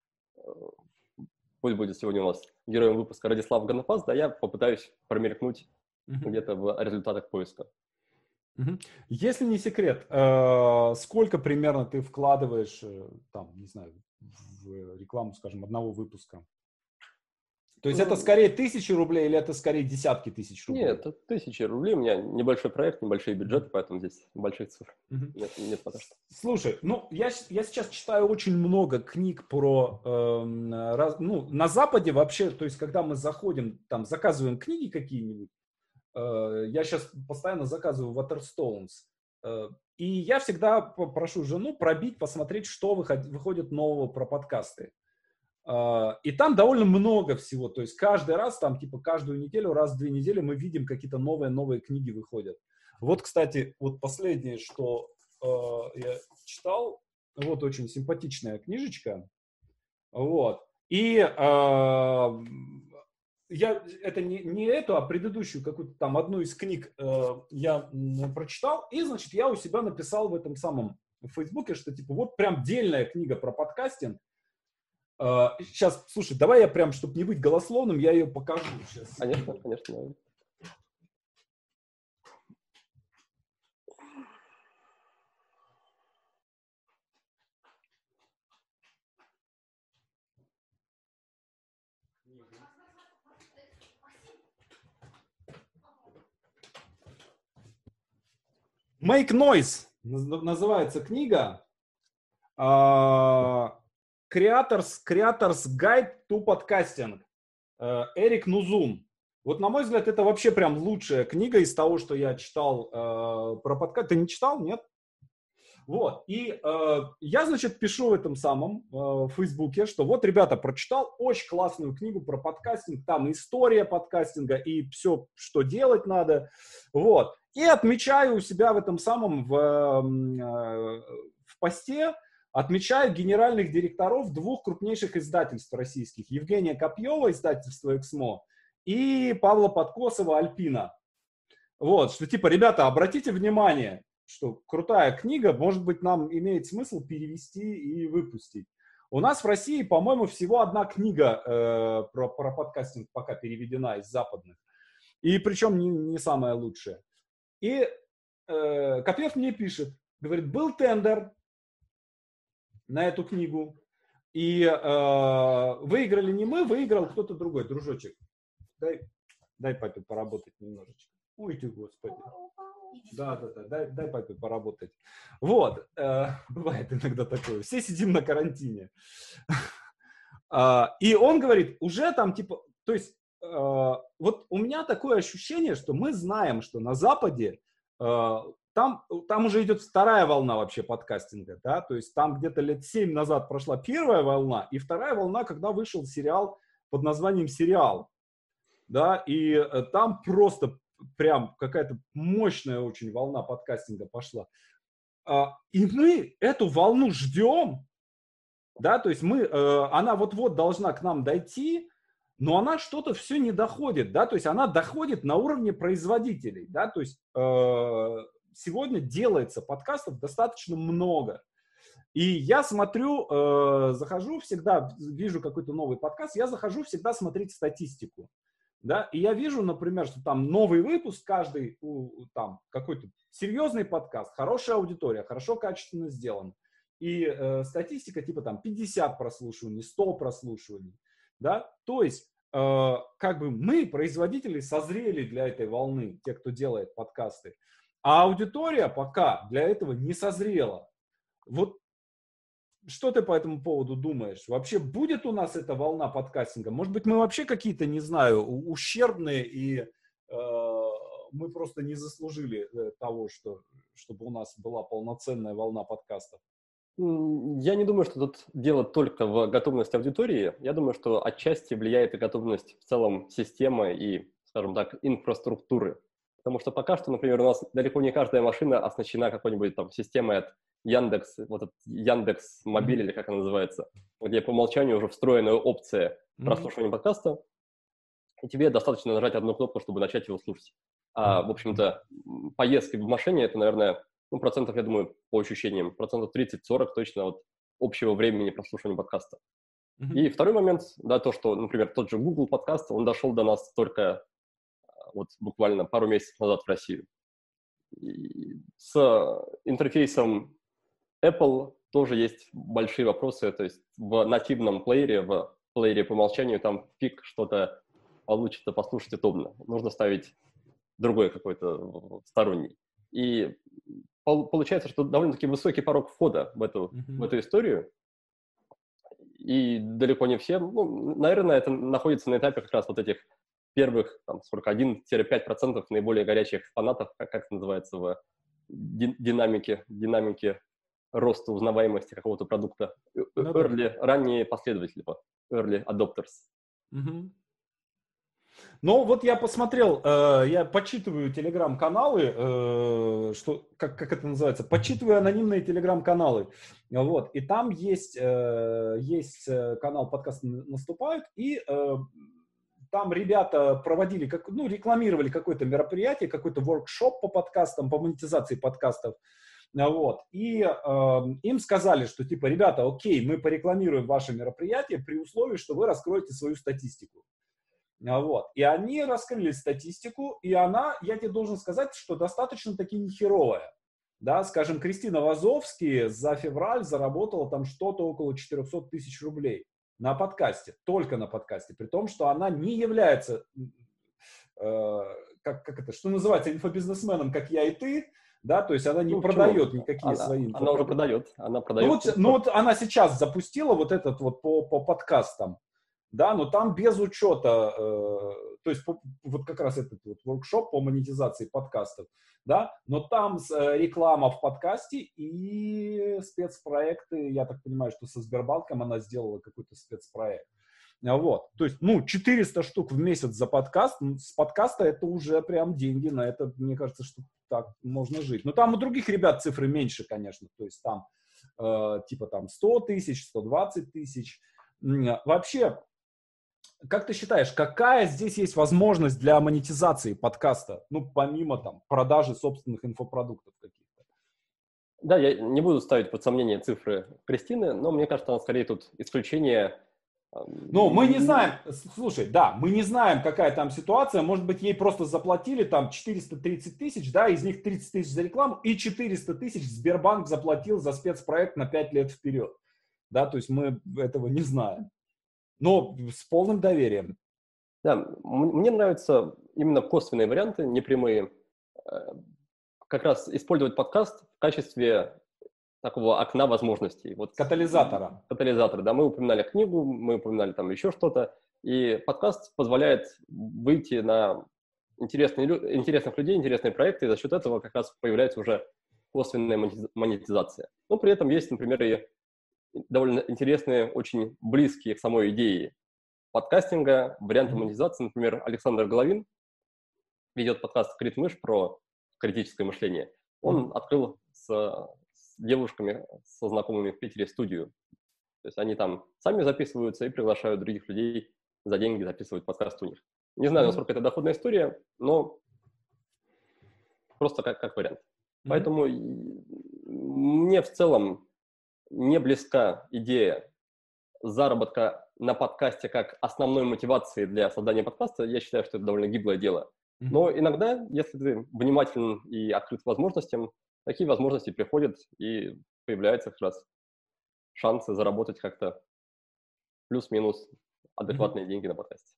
B: пусть будет сегодня у нас героем выпуска Радислав Гандапас, да, я попытаюсь промелькнуть где-то в результатах поиска.
A: Если не секрет, сколько примерно ты вкладываешь, там, не знаю, в рекламу, скажем, одного выпуска? То есть это скорее 1000 рублей или это скорее десятки тысяч рублей?
B: Нет, это 1000 рублей. У меня небольшой проект, небольшие бюджеты, поэтому здесь больших цифр нет пока что.
A: Слушай, ну я сейчас читаю очень много книг про, ну на Западе вообще, то есть когда мы заходим, там заказываем книги какие-нибудь, я сейчас постоянно заказываю Waterstones, и я всегда прошу жену пробить, посмотреть, что выходит нового про подкасты. И там довольно много всего, то есть каждый раз, там типа каждую неделю, раз в 2 недели мы видим какие-то новые книги выходят. Вот, кстати, вот последнее, что я читал, вот очень симпатичная книжечка, вот, и я это не эту, а предыдущую какую-то там одну из книг я прочитал, и, значит, я у себя написал в этом самом в Фейсбуке, что типа вот прям дельная книга про подкастинг. Сейчас, слушай, давай я прям, чтобы не быть голословным, я ее покажу сейчас.
B: Конечно, конечно.
A: Make Noise называется книга. Creators Guide to Podcasting. Эрик Нузум. Вот, на мой взгляд, это вообще прям лучшая книга из того, что я читал про подкаст. Ты не читал, нет? Вот. И я, значит, пишу в этом самом в Фейсбуке, что вот, ребята, прочитал очень классную книгу про подкастинг. Там история подкастинга и все, что делать надо. Вот. И отмечаю у себя в этом самом в посте, отмечает генеральных директоров двух крупнейших издательств российских. Евгения Копьева, издательство «Эксмо», и Павла Подкосова, «Альпина». Вот, что типа, ребята, обратите внимание, что крутая книга, может быть, нам имеет смысл перевести и выпустить. У нас в России, по-моему, всего одна книга про подкастинг пока переведена из западных. И причем не самая лучшая. И Копьев мне пишет, говорит, был тендер на эту книгу, и выиграли не мы, выиграл кто-то другой. Дружочек, дай папе поработать немножечко. Ой ты, Господи. Да, дай папе поработать. Вот, бывает иногда такое. Все сидим на карантине. И он говорит, уже там типа, то есть, вот у меня такое ощущение, что мы знаем, что на Западе там уже идет вторая волна вообще подкастинга, да, то есть там где-то лет 7 назад прошла первая волна, и вторая волна, когда вышел сериал под названием «Сериал», да, и там просто прям какая-то мощная очень волна подкастинга пошла. И мы эту волну ждем, да, то есть она вот-вот должна к нам дойти, но она что-то все не доходит, да, то есть она доходит на уровне производителей, да, то есть сегодня делается подкастов достаточно много. И я смотрю, захожу всегда, вижу какой-то новый подкаст, я захожу всегда смотреть статистику. Да, и я вижу, например, что там новый выпуск, каждый там какой-то серьезный подкаст, хорошая аудитория, хорошо, качественно сделан. И статистика типа там 50 прослушиваний, 100 прослушиваний. Да? То есть как бы мы, производители, созрели для этой волны, те, кто делает подкасты. А аудитория пока для этого не созрела. Вот что ты по этому поводу думаешь? Вообще будет у нас эта волна подкастинга? Может быть, мы вообще какие-то, не знаю, ущербные, и мы просто не заслужили того, чтобы у нас была полноценная волна подкастов?
B: Я не думаю, что тут дело только в готовности аудитории. Я думаю, что отчасти влияет и готовность в целом системы и, скажем так, инфраструктуры. Потому что пока что, например, у нас далеко не каждая машина оснащена какой-нибудь там системой от Яндекс, вот этот Яндекс Мобиль, или как она называется, где по умолчанию уже встроенная опция прослушивания подкаста, и тебе достаточно нажать одну кнопку, чтобы начать его слушать. В общем-то, поездка в машине — это, наверное, процентов, я думаю, по ощущениям, процентов 30-40 точно от общего времени прослушивания подкаста. И второй момент, да, то, что, например, тот же Google подкаст, он дошел до нас только вот буквально пару месяцев назад в Россию. И с интерфейсом Apple тоже есть большие вопросы, то есть в нативном плеере, в плеере по умолчанию там фиг что-то получится послушать удобно. Нужно ставить другой какой-то сторонний. И получается, что довольно-таки высокий порог входа в эту историю. И далеко не все, наверное, это находится на этапе как раз вот этих первых, там, 1-5% наиболее горячих фанатов, как это называется в динамике роста узнаваемости какого-то продукта. Ранние последователи, early adopters.
A: Ну, вот я посмотрел, я почитываю телеграм-каналы, как это называется, почитываю анонимные телеграм-каналы, вот, и там есть канал «Подкасты наступают», и там ребята проводили, рекламировали какое-то мероприятие, какой-то воркшоп по подкастам, по монетизации подкастов, вот, и им сказали, что типа, ребята, окей, мы порекламируем ваше мероприятие при условии, что вы раскроете свою статистику. Вот. И они раскрыли статистику, и она, я тебе должен сказать, что достаточно-таки нехеровая. Да, скажем, Кристина Вазовский за февраль заработала там что-то около 400 тысяч рублей на подкасте, только на подкасте, при том, что она не является, что называется, инфобизнесменом, как я и ты, да, то есть она не продает никакие свои...
B: Она уже продает,
A: вот она сейчас запустила вот этот вот по подкастам. Да, но там без учета, то есть вот как раз этот вот воркшоп по монетизации подкастов, да, но там реклама в подкасте и спецпроекты, я так понимаю, что со Сбербанком она сделала какой-то спецпроект. Вот, то есть, 400 штук в месяц за подкаст, с подкаста это уже прям деньги, на это, мне кажется, что так можно жить. Но там у других ребят цифры меньше, конечно, то есть там типа там 100 тысяч, 120 тысяч. Вообще, как ты считаешь, какая здесь есть возможность для монетизации подкаста? Ну, помимо там продажи собственных инфопродуктов каких-то.
B: Да, я не буду ставить под сомнение цифры Кристины, но мне кажется, она скорее тут исключение.
A: Ну, мы не знаем, слушай, да, мы не знаем, какая там ситуация, может быть, ей просто заплатили там 430 тысяч, да, из них 30 тысяч за рекламу, и 400 тысяч Сбербанк заплатил за спецпроект на 5 лет вперед, да, то есть мы этого не знаем, но с полным доверием.
B: Да, мне нравятся именно косвенные варианты, непрямые. Как раз использовать подкаст в качестве такого окна возможностей. Вот,
A: Катализатора.
B: Катализатор, да. Мы упоминали книгу, мы упоминали там еще что-то. И подкаст позволяет выйти на интересных людей, интересные проекты, и за счет этого как раз появляется уже косвенная монетизация. Но при этом есть, например, и довольно интересные, очень близкие к самой идее подкастинга, варианты монетизации. Например, Александр Головин ведет подкаст «Критмыш» про критическое мышление. Он открыл с девушками, со знакомыми в Питере студию. То есть они там сами записываются и приглашают других людей за деньги записывать подкаст у них. Не знаю, насколько это доходная история, но просто как вариант. Поэтому мне в целом не близка идея заработка на подкасте как основной мотивации для создания подкаста. Я считаю, что это довольно гиблое дело. Но иногда, если ты внимателен и открыт возможностям, такие возможности приходят, и появляются как раз шансы заработать как-то плюс-минус адекватные деньги на подкасте.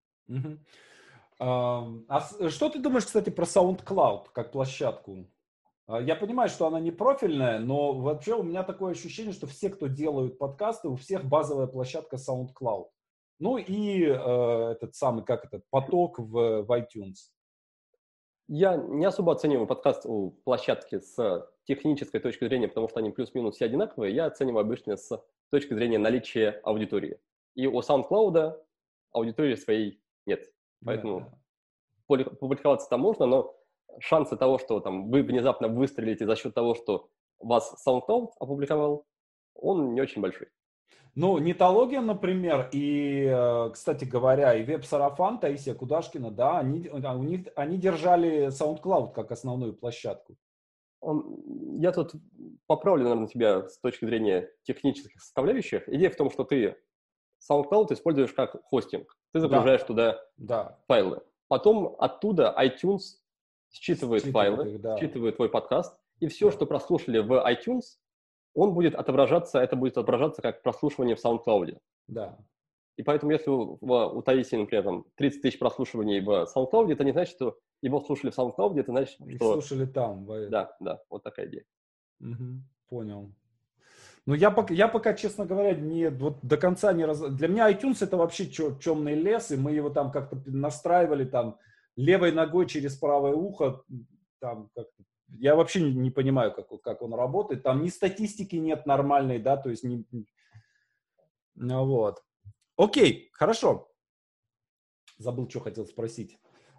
A: Что ты думаешь, кстати, про SoundCloud как площадку? Я понимаю, что она не профильная, но вообще у меня такое ощущение, что все, кто делают подкасты, у всех базовая площадка SoundCloud. Ну и этот самый, поток в iTunes.
B: Я не особо оцениваю подкаст у площадки с технической точки зрения, потому что они плюс-минус все одинаковые. Я оцениваю обычно с точки зрения наличия аудитории. И у SoundCloud аудитории своей нет. Поэтому публиковаться там можно, но шансы того, что там вы внезапно выстрелите за счет того, что вас SoundCloud опубликовал, он не очень большой.
A: Ну, Нетология, например, и, кстати говоря, и Веб-Сарафан, Таисия Кудашкина, да, они держали SoundCloud как основную площадку.
B: Я тут поправлю, наверное, тебя с точки зрения технических составляющих. Идея в том, что ты SoundCloud используешь как хостинг. Ты загружаешь туда файлы. Потом оттуда iTunes считывает файлы, считывает твой подкаст, и все, что прослушали в iTunes, он будет отображаться, это будет отображаться как прослушивание в SoundCloud.
A: Да.
B: И поэтому, если у Таисии, например, там 30 тысяч прослушиваний в SoundCloud, это не значит, что его слушали в SoundCloud, это значит, что...
A: слушали там.
B: Да, вот такая идея.
A: Понял. Ну, я пока, честно говоря, до конца не Для меня iTunes это вообще темный лес, и мы его там как-то настраивали там левой ногой через правое ухо, там как-то. Я вообще не понимаю, как он работает. Там ни статистики нет нормальной, да, то есть ну, вот. Окей, хорошо. Забыл, что хотел спросить.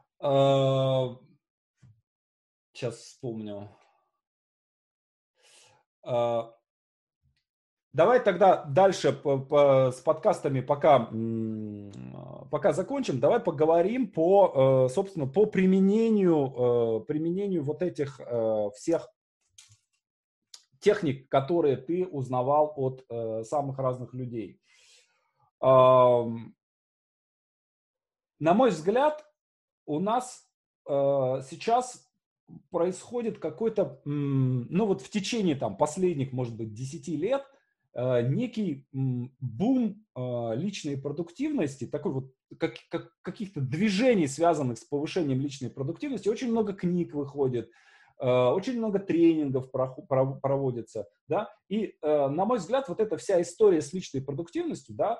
A: Сейчас вспомню. Давай тогда дальше с подкастами пока закончим. Давай поговорим собственно, по применению вот этих всех техник, которые ты узнавал от самых разных людей. На мой взгляд, у нас сейчас происходит какой-то, ну вот в течение там последних, может быть, 10 лет, некий бум личной продуктивности, такой вот каких-то движений, связанных с повышением личной продуктивности. Очень много книг выходит, очень много тренингов проводится, да, и, на мой взгляд, вот эта вся история с личной продуктивностью, да,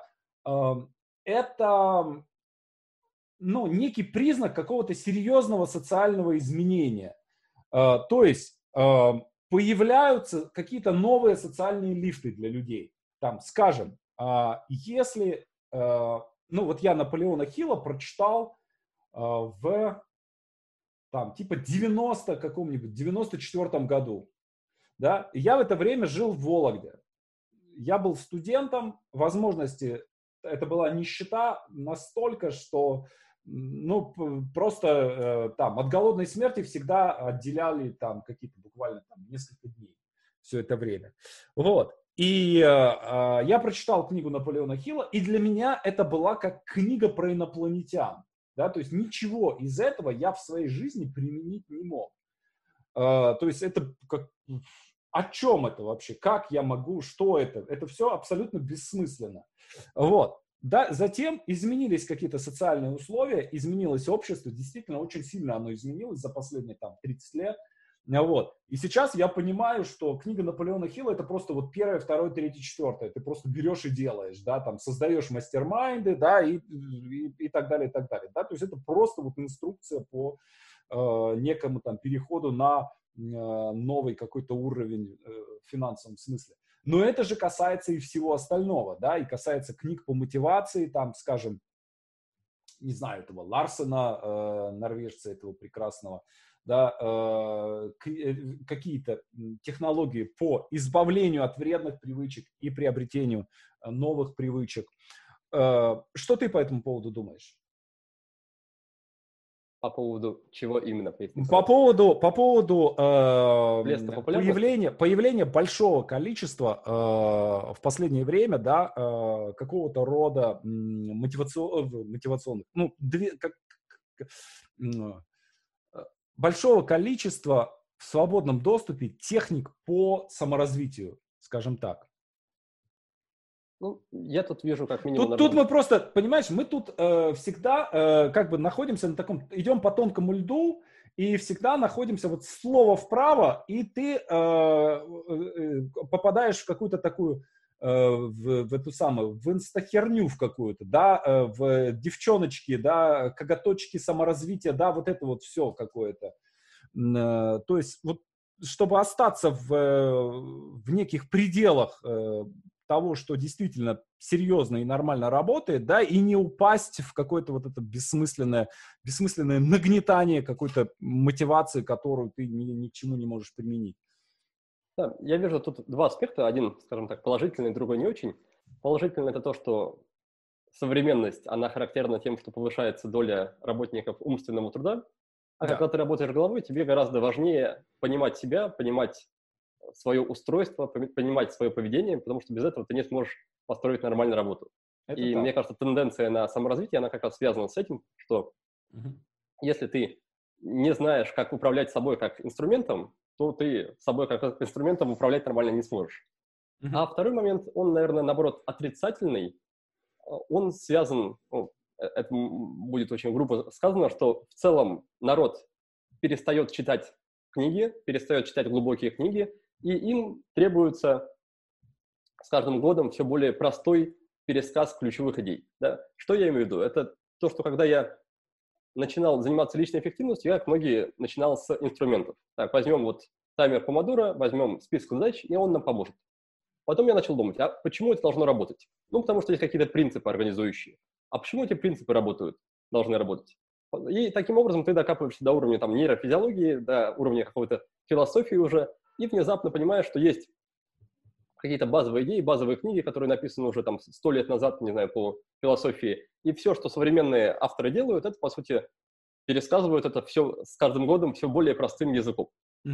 A: это, ну, некий признак какого-то серьезного социального изменения. То есть появляются какие-то новые социальные лифты для людей. Там, скажем, если, ну вот я Наполеона Хилла прочитал в там, типа 94 году. да, и я в это время жил в Вологде. Я был студентом, возможности, это была нищета настолько, что, ну, просто там от голодной смерти всегда отделяли там какие-то буквально там несколько дней все это время. Вот. И я прочитал книгу Наполеона Хилла, и для меня это была как книга про инопланетян. Да? То есть ничего из этого я в своей жизни применить не мог. То есть это как... О чем это вообще? Как я могу? Что это? Это все абсолютно бессмысленно. Вот. Да, затем изменились какие-то социальные условия, изменилось общество, действительно очень сильно оно изменилось за последние там 30 лет. Вот. И сейчас я понимаю, что книга Наполеона Хилла это просто вот первое, второе, третье, четвертое. Ты просто берешь и делаешь, да, там создаешь мастер-майнды, да, и так далее, и так далее. Да? То есть это просто вот инструкция по некому там переходу на новый какой-то уровень в финансовом смысле. Но это же касается и всего остального, да, и касается книг по мотивации, там, скажем, не знаю, этого Ларсена, норвежца этого прекрасного, да, какие-то технологии по избавлению от вредных привычек и приобретению новых привычек. Что ты по этому поводу думаешь?
B: По поводу чего именно?
A: По поводу появления большого количества в последнее время, да, какого-то рода мотивационных, ну, большого количества в свободном доступе техник по саморазвитию, скажем так.
B: Ну, я тут вижу как минимум...
A: Тут мы просто, понимаешь, мы тут всегда как бы находимся на таком, идем по тонкому льду, и всегда находимся вот слово вправо, и ты попадаешь в какую-то такую, в эту самую, в инстахерню в какую-то, да, в девчоночки, да, коготочки саморазвития, да, вот это вот все какое-то. То есть вот, чтобы остаться в неких пределах того, что действительно серьезно и нормально работает, да, и не упасть в какое-то вот это бессмысленное нагнетание какой-то мотивации, которую ты ни к чему не можешь применить.
B: Да, я вижу тут два аспекта. Один, скажем так, положительный, другой не очень. Положительный – это то, что современность, она характерна тем, что повышается доля работников умственного труда, а когда ты работаешь головой, тебе гораздо важнее понимать себя, понимать свое устройство, понимать свое поведение, потому что без этого ты не сможешь построить нормальную работу. Мне кажется, тенденция на саморазвитие, она как раз связана с этим, что если ты не знаешь, как управлять собой как инструментом, то ты собой как инструментом управлять нормально не сможешь. А второй момент, он, наверное, наоборот, отрицательный. Он связан, это будет очень грубо сказано, что в целом народ перестает читать книги, перестает читать глубокие книги, и им требуется с каждым годом все более простой пересказ ключевых идей. Да? Что я имею в виду? Это то, что когда я начинал заниматься личной эффективностью, я, как многие, начинал с инструментов. Так, возьмем вот таймер Помодоро, возьмем список задач, и он нам поможет. Потом я начал думать, а почему это должно работать? Ну, потому что есть какие-то принципы организующие. А почему эти принципы должны работать? И таким образом ты докапываешься до уровня там, нейрофизиологии, до уровня какой-то философии уже, и внезапно понимаешь, что есть какие-то базовые идеи, базовые книги, которые написаны уже там 100 лет назад, не знаю, по философии. И все, что современные авторы делают, это, по сути, пересказывают это все с каждым годом все более простым языком.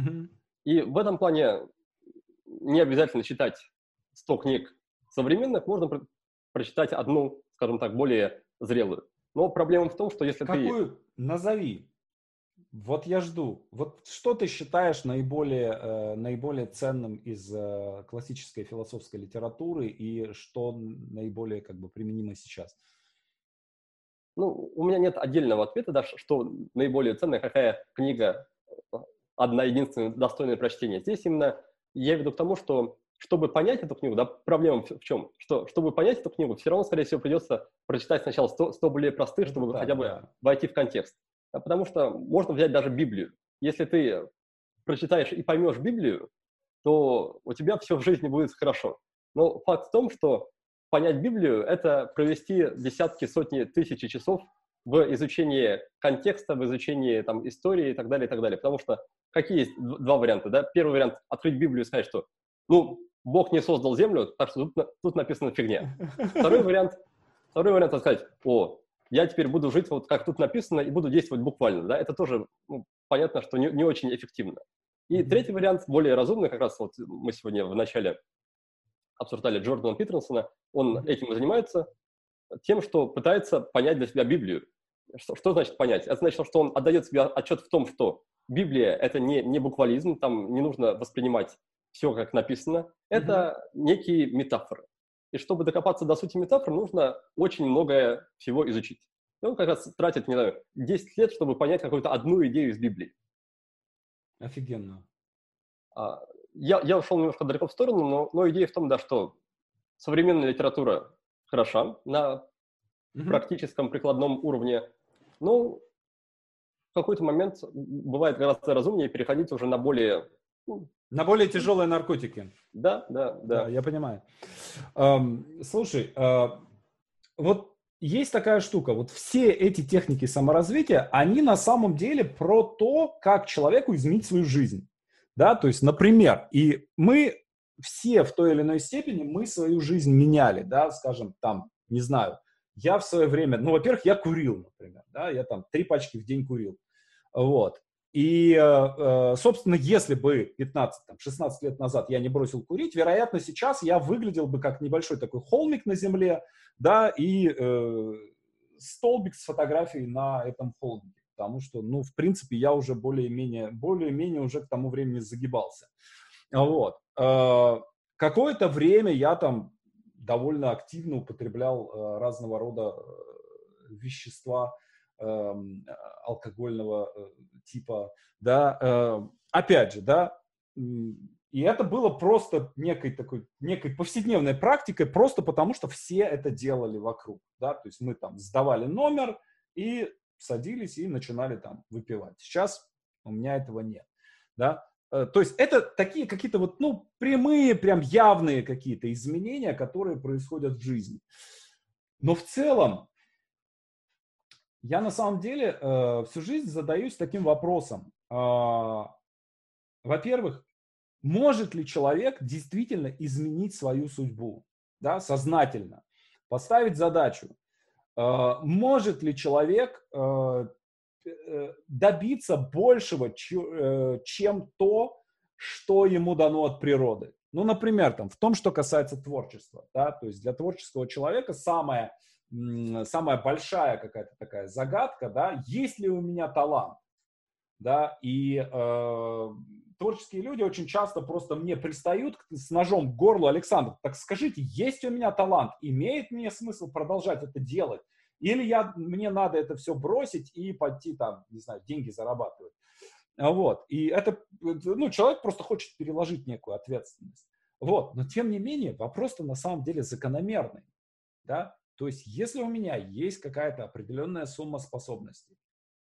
B: И в этом плане не обязательно читать 100 книг современных, можно прочитать одну, скажем так, более зрелую. Но проблема в том, что если
A: Какую? Назови. Вот я жду. Вот что ты считаешь наиболее ценным из классической философской литературы и что наиболее как бы применимо сейчас?
B: Ну, у меня нет отдельного ответа, да, что наиболее ценное, какая книга одна единственная достойная прочтения. Здесь именно я веду к тому, что чтобы понять эту книгу, да, проблема в чем? Что, чтобы понять эту книгу, все равно, скорее всего, придется прочитать сначала 100 более простых, чтобы хотя бы войти в контекст. Да, потому что можно взять даже Библию. Если ты прочитаешь и поймешь Библию, то у тебя все в жизни будет хорошо. Но факт в том, что понять Библию – это провести десятки, сотни, тысячи часов в изучении контекста, в изучении там, истории и так далее, и так далее. Потому что какие есть два варианта, да? Первый вариант — открыть Библию и сказать, что, ну, Бог не создал землю, так что тут написано фигня. Второй вариант — сказать, я теперь буду жить вот как тут написано и буду действовать буквально, да? Это тоже, понятно, что не очень эффективно. И третий вариант, более разумный, как раз вот мы сегодня в начале обсуждали Джордана Питерсона, он этим и занимается, тем, что пытается понять для себя Библию. Что значит понять? Это значит, что он отдает себе отчет в том, что Библия — это не буквализм, там не нужно воспринимать все, как написано. Это некие метафоры. И чтобы докопаться до сути метафор, нужно очень многое всего изучить. И он как раз тратит, не знаю, 10 лет, чтобы понять какую-то одну идею из Библии.
A: Офигенно.
B: Я ушел немножко далеко в сторону, но идея в том, да, что современная литература хороша на практическом прикладном уровне, но в какой-то момент бывает гораздо разумнее переходить уже на более...
A: На более тяжелые наркотики.
B: Да,
A: я понимаю. Слушай, вот есть такая штука, вот все эти техники саморазвития, они на самом деле про то, как человеку изменить свою жизнь. Да, то есть, например, и мы все в той или иной степени, мы свою жизнь меняли, да, скажем, там, не знаю, я в свое время, во-первых, я курил, например, да, я там 3 пачки в день курил, вот. И, собственно, если бы 15-16 лет назад я не бросил курить, вероятно, сейчас я выглядел бы как небольшой такой холмик на земле, да, и столбик с фотографией на этом холмике, потому что, в принципе, я уже более-менее уже к тому времени загибался. Вот. Какое-то время я там довольно активно употреблял разного рода вещества, алкогольного типа, да, опять же, да, и это было просто некой повседневной практикой, просто потому что все это делали вокруг, да, то есть мы там сдавали номер и садились и начинали там выпивать. Сейчас у меня этого нет, да. То есть это такие какие-то вот, прямые, прям явные какие-то изменения, которые происходят в жизни. Но в целом, я на самом деле всю жизнь задаюсь таким вопросом. Во-первых, может ли человек действительно изменить свою судьбу, да, сознательно, поставить задачу? Может ли человек добиться большего, чем то, что ему дано от природы? Например, в том, что касается творчества, да, то есть для творческого человека самая большая какая-то такая загадка, да, есть ли у меня талант, да, и творческие люди очень часто просто мне пристают с ножом к горлу: Александр, так скажите, есть у меня талант, имеет мне смысл продолжать это делать, или мне надо это все бросить и пойти там, не знаю, деньги зарабатывать. Вот, и это, человек просто хочет переложить некую ответственность. Вот, но тем не менее, вопрос-то на самом деле закономерный, да. То есть, если у меня есть какая-то определенная сумма способностей,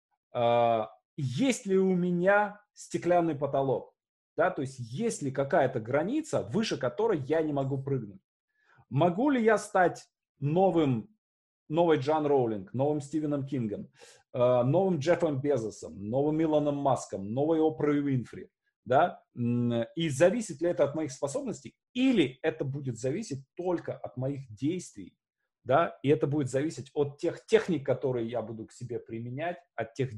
A: есть ли у меня стеклянный потолок, да, то есть есть ли какая-то граница, выше которой я не могу прыгнуть? Могу ли я стать новой Джон Роулинг, новым Стивеном Кингом, новым Джеффом Безосом, новым Илоном Маском, новой Опрой Уинфри, да? И зависит ли это от моих способностей, или это будет зависеть только от моих действий, да, и это будет зависеть от тех техник, которые я буду к себе применять, от тех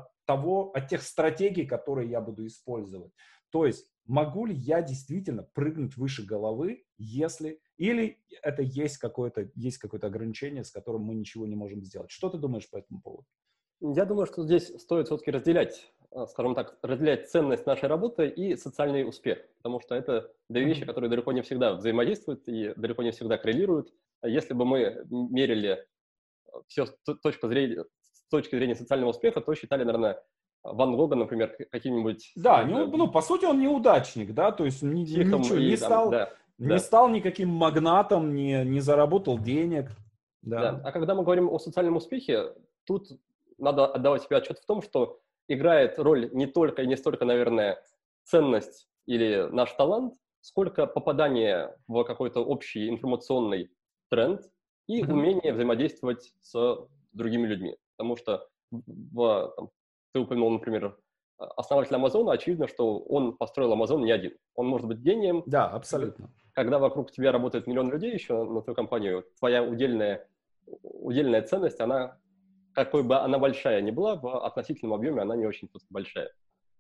A: стратегий, которые я буду использовать. То есть, могу ли я действительно прыгнуть выше головы, или это есть какое-то ограничение, с которым мы ничего не можем сделать? Что ты думаешь по этому поводу?
B: Я думаю, что здесь стоит все-таки разделять ценность нашей работы и социальный успех, потому что это две вещи, которые далеко не всегда взаимодействуют и далеко не всегда коррелируют. Если бы мы мерили все с точки зрения социального успеха, то считали, наверное, Ван Гога, например, каким-нибудь...
A: Да, по сути, он неудачник, да, то есть не стал никаким магнатом, не заработал денег.
B: Да. А когда мы говорим о социальном успехе, тут надо отдавать себе отчет в том, что играет роль не только и не столько, наверное, ценность или наш талант, сколько попадание в какой-то общий информационный тренд и умение взаимодействовать с другими людьми. потому что ты упомянул, например, основатель Амазона, очевидно, что он построил Амазон не один. Он может быть гением.
A: Да, абсолютно.
B: Когда вокруг тебя работает миллион людей еще на твою компанию, твоя удельная ценность, она, какой бы она большая ни была, в относительном объеме она не очень большая.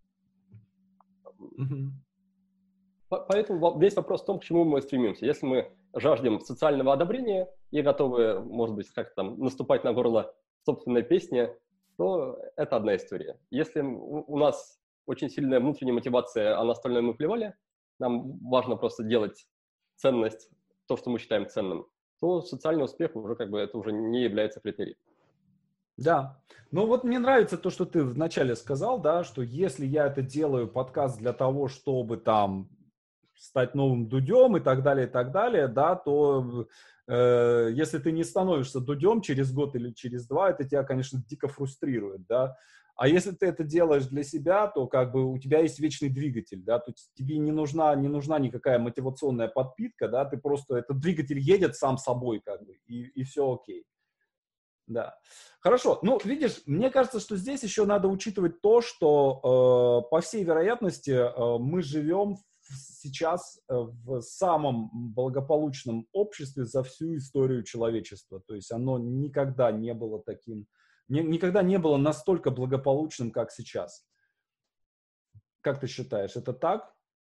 B: Поэтому весь вопрос в том, к чему мы стремимся. Если мы жаждем социального одобрения и готовы, может быть, как-то там наступать на горло собственной песни, то это одна история. Если у нас очень сильная внутренняя мотивация, а на остальное мы плевали, нам важно просто делать ценность, то, что мы считаем ценным, то социальный успех уже это уже не является критерием.
A: Да. Ну вот мне нравится то, что ты вначале сказал, да, что если я это делаю, подкаст для того, чтобы там стать новым Дудем и так далее, да, то если ты не становишься Дудем через год или через два, это тебя, конечно, дико фрустрирует, да. А если ты это делаешь для себя, то как бы у тебя есть вечный двигатель, да, то тебе не нужна никакая мотивационная подпитка, да, ты просто, этот двигатель едет сам собой, как бы, и все окей. Да. Хорошо. Ну, видишь, мне кажется, что здесь еще надо учитывать то, что, по всей вероятности, мы живем сейчас в самом благополучном обществе за всю историю человечества. То есть оно никогда не было таким, никогда не было настолько благополучным, как сейчас. Как ты считаешь, это так?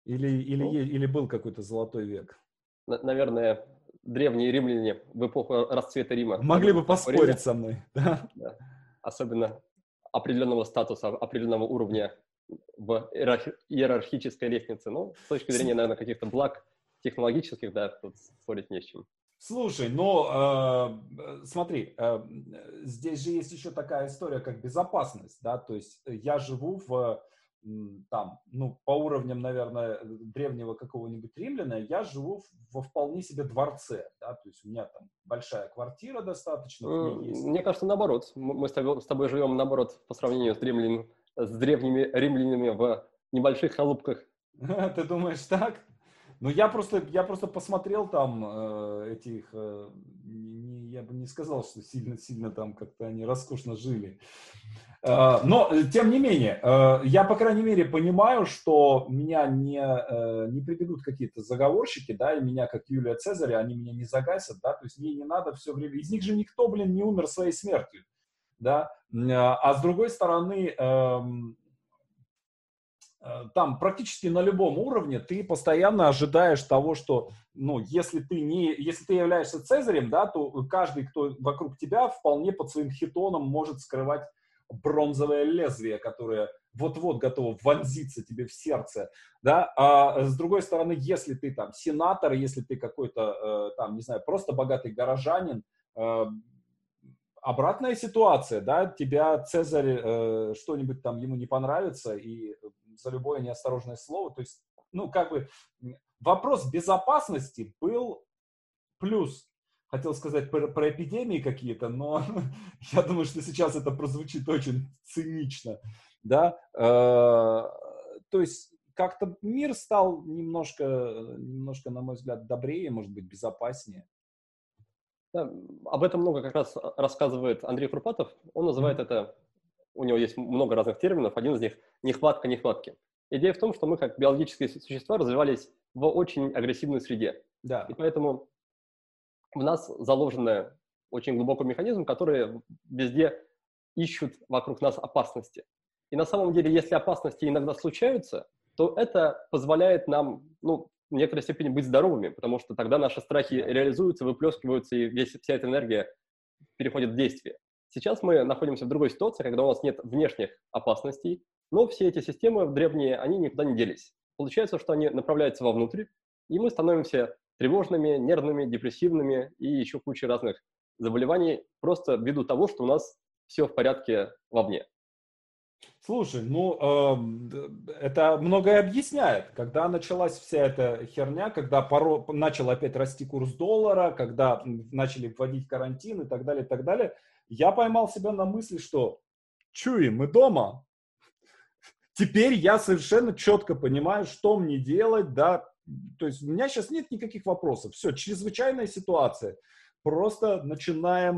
A: Или был какой-то золотой век?
B: Наверное, древние римляне в эпоху расцвета Рима
A: могли бы поспорить со мной. Да?
B: Да. Особенно определенного статуса, определенного уровня в иерархической лестнице. Ну, с точки зрения, наверное, каких-то благ технологических, да, тут спорить не с чем.
A: Слушай, ну, смотри, здесь же есть еще такая история, как безопасность, да, то есть я живу там, ну, по уровням, наверное, древнего какого-нибудь римляна, я живу во вполне себе дворце, да, то есть у меня там большая квартира достаточно, в ней есть...
B: Мне кажется, наоборот, мы с тобой живем, наоборот, по сравнению с древними римлянами в небольших халупках.
A: Ты думаешь так? Ну, я просто посмотрел там я бы не сказал, что сильно там как-то они роскошно жили. Но, тем не менее, я, по крайней мере, понимаю, что меня не прибегут какие-то заговорщики, да, и меня, как Юлия Цезаря, они меня не загасят, да, то есть мне не надо все время... Из них же никто, не умер своей смертью, да. А с другой стороны... там практически на любом уровне ты постоянно ожидаешь того, что, ну, если ты являешься Цезарем, да, то каждый, кто вокруг тебя, вполне под своим хитоном может скрывать бронзовое лезвие, которое вот-вот готово вонзиться тебе в сердце, да, а с другой стороны, если ты там сенатор, если ты какой-то там, не знаю, просто богатый горожанин, обратная ситуация, да, тебя Цезарь что-нибудь там ему не понравится, и за любое неосторожное слово, то есть, ну, как бы вопрос безопасности был плюс. Хотел сказать про эпидемии какие-то, но я думаю, что сейчас это прозвучит очень цинично, да. То есть как-то мир стал немножко, на мой взгляд, добрее, может быть, безопаснее.
B: Да, об этом много как раз рассказывает Андрей Курпатов. Он называет это, у него есть много разных терминов, один из них – нехватка нехватки. Идея в том, что мы как биологические существа развивались в очень агрессивной среде.
A: Да.
B: И поэтому в нас заложен очень глубокий механизм, который везде ищут вокруг нас опасности. И на самом деле, если опасности иногда случаются, то это позволяет нам, ну, в некоторой степени быть здоровыми, потому что тогда наши страхи реализуются, выплескиваются, и вся эта энергия переходит в действие. Сейчас мы находимся в другой ситуации, когда у нас нет внешних опасностей, но все эти системы древние, они никуда не делись. Получается, что они направляются вовнутрь, и мы становимся тревожными, нервными, депрессивными и еще кучей разных заболеваний просто ввиду того, что у нас все в порядке вовне.
A: Слушай, ну, это многое объясняет. Когда началась вся эта херня, когда начал опять расти курс доллара, когда начали вводить карантин и так далее, я поймал себя на мысли, что чуй, мы дома. Теперь я совершенно четко понимаю, что мне делать, да. То есть у меня сейчас нет никаких вопросов. Все, чрезвычайная ситуация. Просто начинаем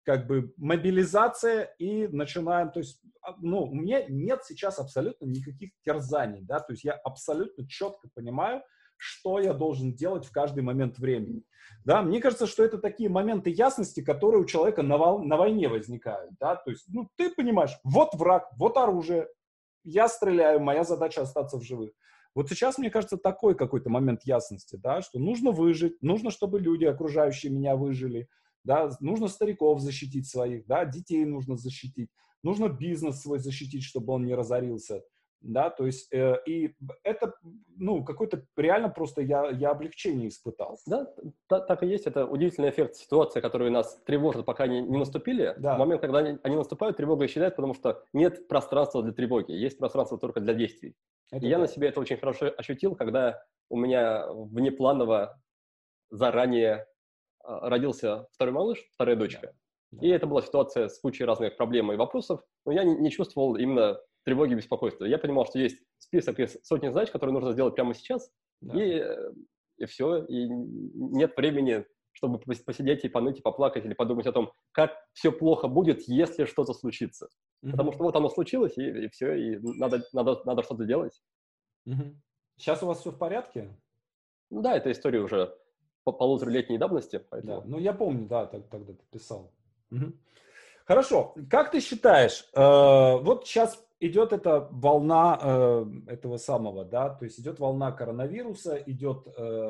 A: как бы мобилизация и начинаем, то есть, ну, у меня нет сейчас абсолютно никаких терзаний, да, то есть я абсолютно четко понимаю, что я должен делать в каждый момент времени. Да, мне кажется, что это такие моменты ясности, которые у человека на войне возникают, да, то есть, ну, ты понимаешь, вот враг, вот оружие, я стреляю, моя задача остаться в живых. Вот сейчас, мне кажется, такой какой-то момент ясности, да, что нужно выжить, нужно, чтобы люди, окружающие меня, выжили, да, нужно стариков защитить своих, да, детей нужно защитить, нужно бизнес свой защитить, чтобы он не разорился, да, то есть, и это, ну, какой-то реально просто я облегчение испытал.
B: Да, так и есть. Это удивительный эффект ситуации, которые нас тревожат, пока они не наступили. В
A: Да.
B: момент, когда они наступают, тревога исчезает, потому что нет пространства для тревоги, есть пространство только для действий.
A: Это
B: И я
A: да.
B: на себе это очень хорошо ощутил, когда у меня внепланово заранее родился второй малыш, вторая дочка.
A: Да.
B: И это была ситуация с кучей разных проблем и вопросов, но я не чувствовал именно тревоги и беспокойства. Я понимал, что есть список из сотни задач, которые нужно сделать прямо сейчас,
A: Да.
B: и все, и нет времени, чтобы посидеть и поныть, и поплакать, или подумать о том, как все плохо будет, если что-то случится. Потому что вот оно случилось, и все, и надо что-то делать.
A: Сейчас у вас все в порядке?
B: Ну да, эта история уже полуторалетней давности,
A: Да,
B: поэтому...
A: ну я помню, да, тогда ты писал. Хорошо, как ты считаешь, вот сейчас идет эта волна этого самого, да, то есть идет волна коронавируса, идет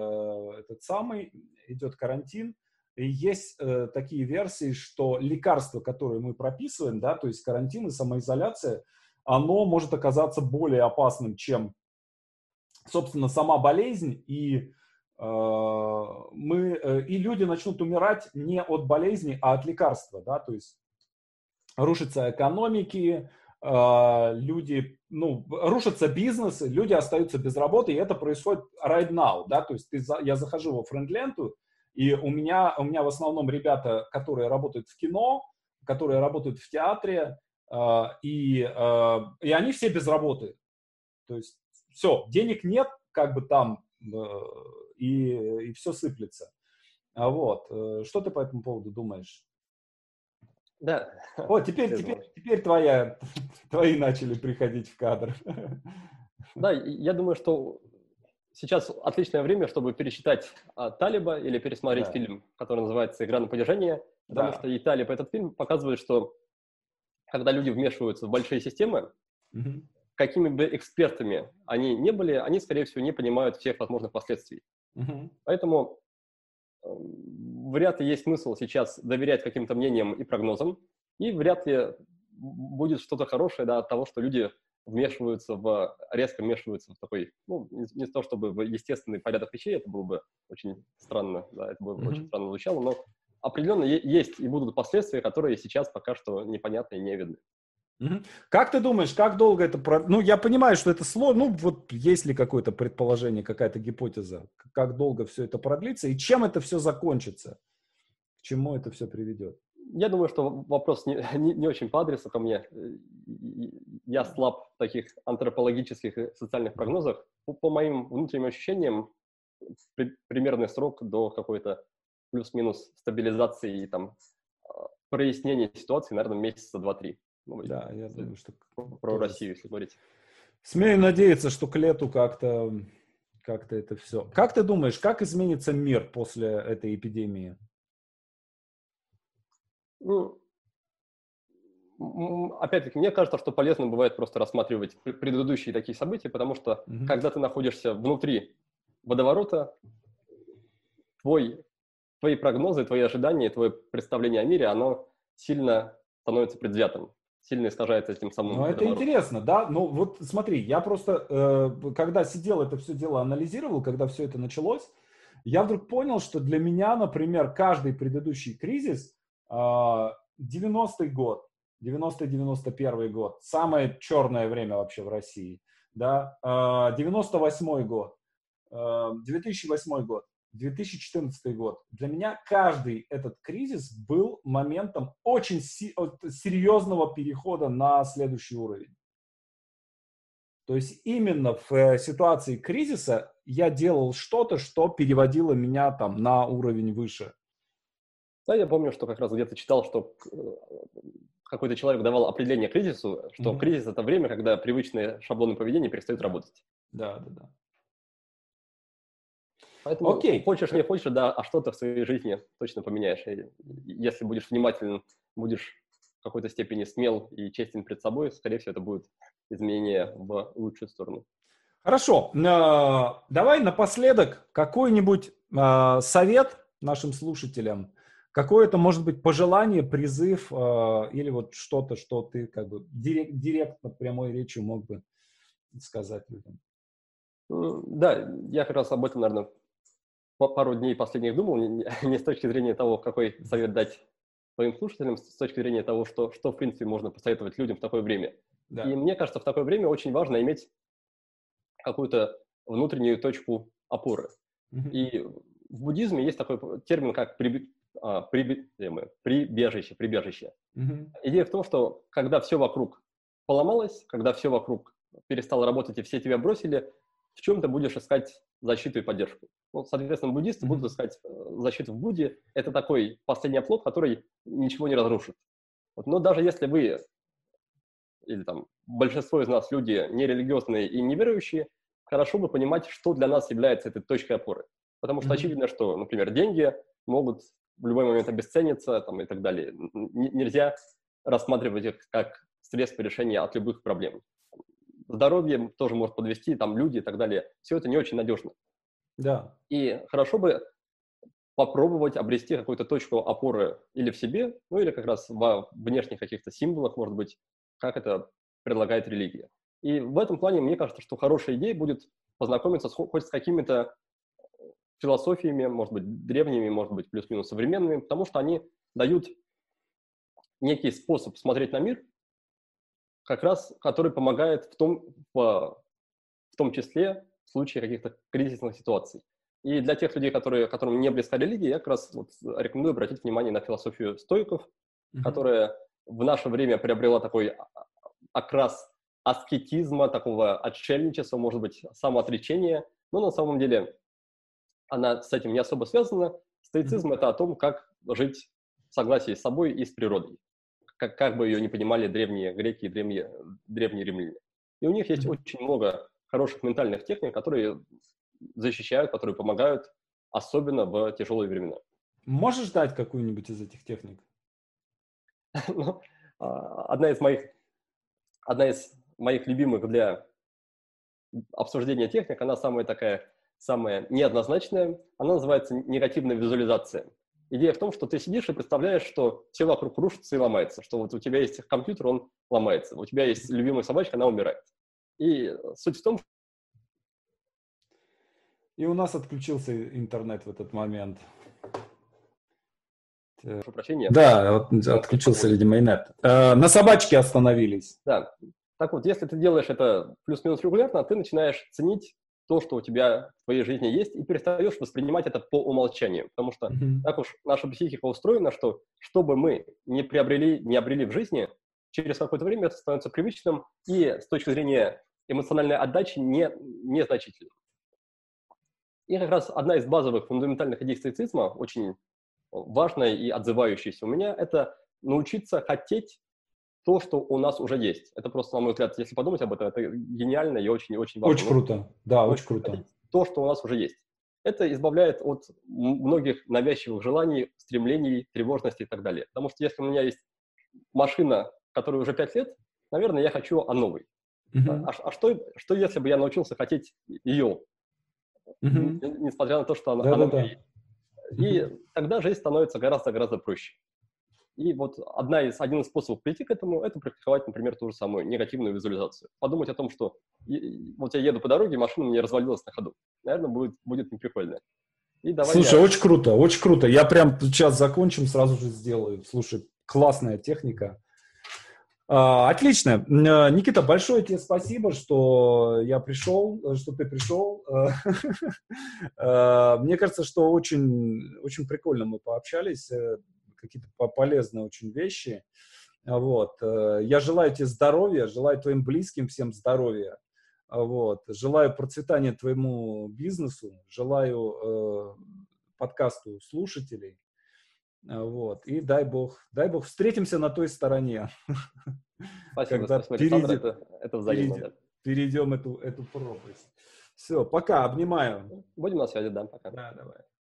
A: идет карантин, и есть такие версии, что лекарство, которое мы прописываем, да, то есть карантин и самоизоляция, оно может оказаться более опасным, чем, собственно, сама болезнь, и и люди начнут умирать не от болезни, а от лекарства, да, то есть рушатся экономики, люди, ну, рушатся бизнесы, люди остаются без работы, и это происходит right now, да, то есть я захожу во френд-ленту, и у меня в основном ребята, которые работают в кино, которые работают в театре, и они все без работы, то есть все, денег нет, как бы там, и все сыплется. Вот. Что ты по этому поводу думаешь?
B: Да.
A: О, теперь твои начали приходить в кадр.
B: Да, я думаю, что сейчас отличное время, чтобы пересчитать «Талиба» или пересмотреть фильм, который называется «Игра на понижение», потому что и «Талиб», этот фильм показывает, что когда люди вмешиваются в большие системы, какими бы экспертами они ни были, они, скорее всего, не понимают всех возможных последствий. Поэтому вряд ли есть смысл сейчас доверять каким-то мнениям и прогнозам, и вряд ли будет что-то хорошее, да, от того, что люди резко вмешиваются в такой, ну, не то чтобы в естественный порядок вещей, это было бы очень странно, да, это бы очень странно звучало, но определенно есть и будут последствия, которые сейчас пока что непонятны и не видны.
A: Как ты думаешь, как долго это... Ну, я понимаю, что это сложно. Ну, вот есть ли какое-то предположение, какая-то гипотеза, как долго все это продлится и чем это все закончится? К чему это все приведет?
B: Я думаю, что вопрос не очень по адресу ко мне. Я слаб в таких антропологических и социальных прогнозах. По моим внутренним ощущениям, примерный срок до какой-то плюс-минус стабилизации и там прояснения ситуации, наверное, месяца 2-3. Ну,
A: да, я думаю, что...
B: Про Россию, если говорить.
A: Смею надеяться, что к лету как-то это все... Как ты думаешь, как изменится мир после этой эпидемии?
B: Ну, опять-таки, мне кажется, что полезно бывает просто рассматривать предыдущие такие события, потому что, когда ты находишься внутри водоворота, твои прогнозы, твои ожидания, твое представление о мире, оно сильно становится предвзятым, сильно искажается этим самым водоворотом.
A: Это интересно, да? Ну, вот смотри, я просто, когда сидел, это все дело анализировал, когда все это началось, я вдруг понял, что для меня, например, каждый предыдущий кризис, 90-й год, 90-91 год, самое черное время вообще в России, да, 98-й год, 2008 год, 2014 год. Для меня каждый этот кризис был моментом очень серьезного перехода на следующий уровень. То есть именно в ситуации кризиса я делал что-то, что переводило меня там на уровень выше.
B: Да, я помню, что как раз где-то читал, что какой-то человек давал определение кризису, что
A: Мгм.
B: кризис — это время, когда привычные шаблоны поведения перестают работать.
A: Да, да, да.
B: Поэтому
A: Окей.
B: хочешь, не хочешь, да, а что-то в своей жизни точно поменяешь. И если будешь внимателен, будешь в какой-то степени смел и честен перед собой, скорее всего, это будет изменение в лучшую сторону.
A: Хорошо. Давай напоследок какой-нибудь совет нашим слушателям. Какое-то, может быть, пожелание, призыв или вот что-то, что ты как бы директно прямой речью мог бы сказать людям.
B: Да, я как раз об этом, наверное, пару дней последних думал, не с точки зрения того, какой совет дать своим слушателям, с точки зрения того, что в принципе, можно посоветовать людям в такое время. И
A: Да.
B: мне кажется, в такое время очень важно иметь какую-то внутреннюю точку опоры.
A: Мгм.
B: И в буддизме есть такой термин, как прибежище, прибежище.
A: Мгм.
B: Идея в том, что когда все вокруг поломалось, когда все вокруг перестало работать и все тебя бросили, в чем ты будешь искать защиту и поддержку? Ну, соответственно, буддисты будут
A: Мгм.
B: искать защиту в Будде. Это такой последний оплот, который ничего не разрушит. Вот. Но даже если вы, или там большинство из нас люди нерелигиозные и неверующие, хорошо бы понимать, что для нас является этой точкой опоры. Потому что
A: Мгм.
B: очевидно, что, например, деньги могут в любой момент обесцениться там, и так далее. Нельзя рассматривать их как средство решения от любых проблем. Здоровье тоже может подвести, там люди и так далее. Все это не очень надежно.
A: Да.
B: И хорошо бы попробовать обрести какую-то точку опоры или в себе, ну или как раз во внешних каких-то символах, может быть, как это предлагает религия. И в этом плане мне кажется, что хорошая идея будет познакомиться хоть с какими-то философиями, может быть, древними, может быть, плюс-минус современными, потому что они дают некий способ смотреть на мир, как раз который помогает в том числе в случае каких-то кризисных ситуаций. И для тех людей, которым не близка религия, я как раз вот рекомендую обратить внимание на философию стоиков,
A: Мгм.
B: которая в наше время приобрела такой окрас аскетизма, такого отшельничества, может быть, самоотречения, но на самом деле она с этим не особо связана.
A: Мгм.
B: Стоицизм — это о том, как жить в согласии с собой и с природой, как бы ее не понимали древние греки и древние римляне. И у них есть
A: Мгм.
B: очень много хороших ментальных техник, которые защищают, которые помогают, особенно в тяжелые времена.
A: Можешь дать какую-нибудь из этих техник?
B: Ну, одна одна из моих любимых для обсуждения техник, она самая такая, самая неоднозначная, она называется негативная визуализация. Идея в том, что ты сидишь и представляешь, что все вокруг рушится и ломается, что вот у тебя есть компьютер, он ломается, у тебя есть любимая собачка, она умирает. И суть в том,
A: И у нас отключился интернет в этот момент.
B: прошу прощения,
A: Да, вот
B: могу себе
A: отключился,
B: позволить.
A: видимо, инет. На собачке остановились.
B: Да. Так вот, если ты делаешь это плюс-минус регулярно, ты начинаешь ценить то, что у тебя в твоей жизни есть, и перестаешь воспринимать это по умолчанию. Потому что
A: Мгм.
B: так уж наша психика устроена, что бы мы не приобрели, не обрели в жизни, через какое-то время это становится привычным и с точки зрения эмоциональной отдачи незначительным. И как раз одна из базовых фундаментальных идей стоицизма, очень важная и отзывающаяся у меня, это научиться хотеть то, что у нас уже есть. Это просто, на мой взгляд, если подумать об этом, это гениально и очень важно.
A: Очень круто. Да, очень
B: Научиться
A: круто.
B: хотеть то, что у нас уже есть. Это избавляет от многих навязчивых желаний, стремлений, тревожности и так далее. Потому что если у меня есть машина, которой уже 5 лет, наверное, я хочу о новой.
A: Мгм.
B: Что если бы я научился хотеть ее,
A: Мгм.
B: несмотря на то, что она у меня
A: Да-да-да.
B: есть? И
A: Мгм.
B: тогда жизнь становится гораздо-гораздо проще. И вот один из способов прийти к этому — это практиковать, например, ту же самую негативную визуализацию. Подумать о том, что вот я еду по дороге, машина мне развалилась на ходу. Наверное, будет неприкольно. И давай
A: Слушай,
B: я...
A: очень круто, очень круто. Я прям сейчас закончим, сразу же сделаю. Слушай, классная техника. Отлично. Никита, большое тебе спасибо, что я пришел, что ты пришел. Мне кажется, что очень, очень прикольно мы пообщались, какие-то полезные очень вещи. Вот. Я желаю тебе здоровья, желаю твоим близким всем здоровья. Вот. Желаю процветания твоему бизнесу, желаю подкасту слушателей. Вот. И дай бог, встретимся на той стороне.
B: Спасибо, Александр, это взаимно. Да.
A: Перейдем эту пропасть. Все, пока, обнимаю.
B: Будем на связи, да, пока.
A: Да, давай.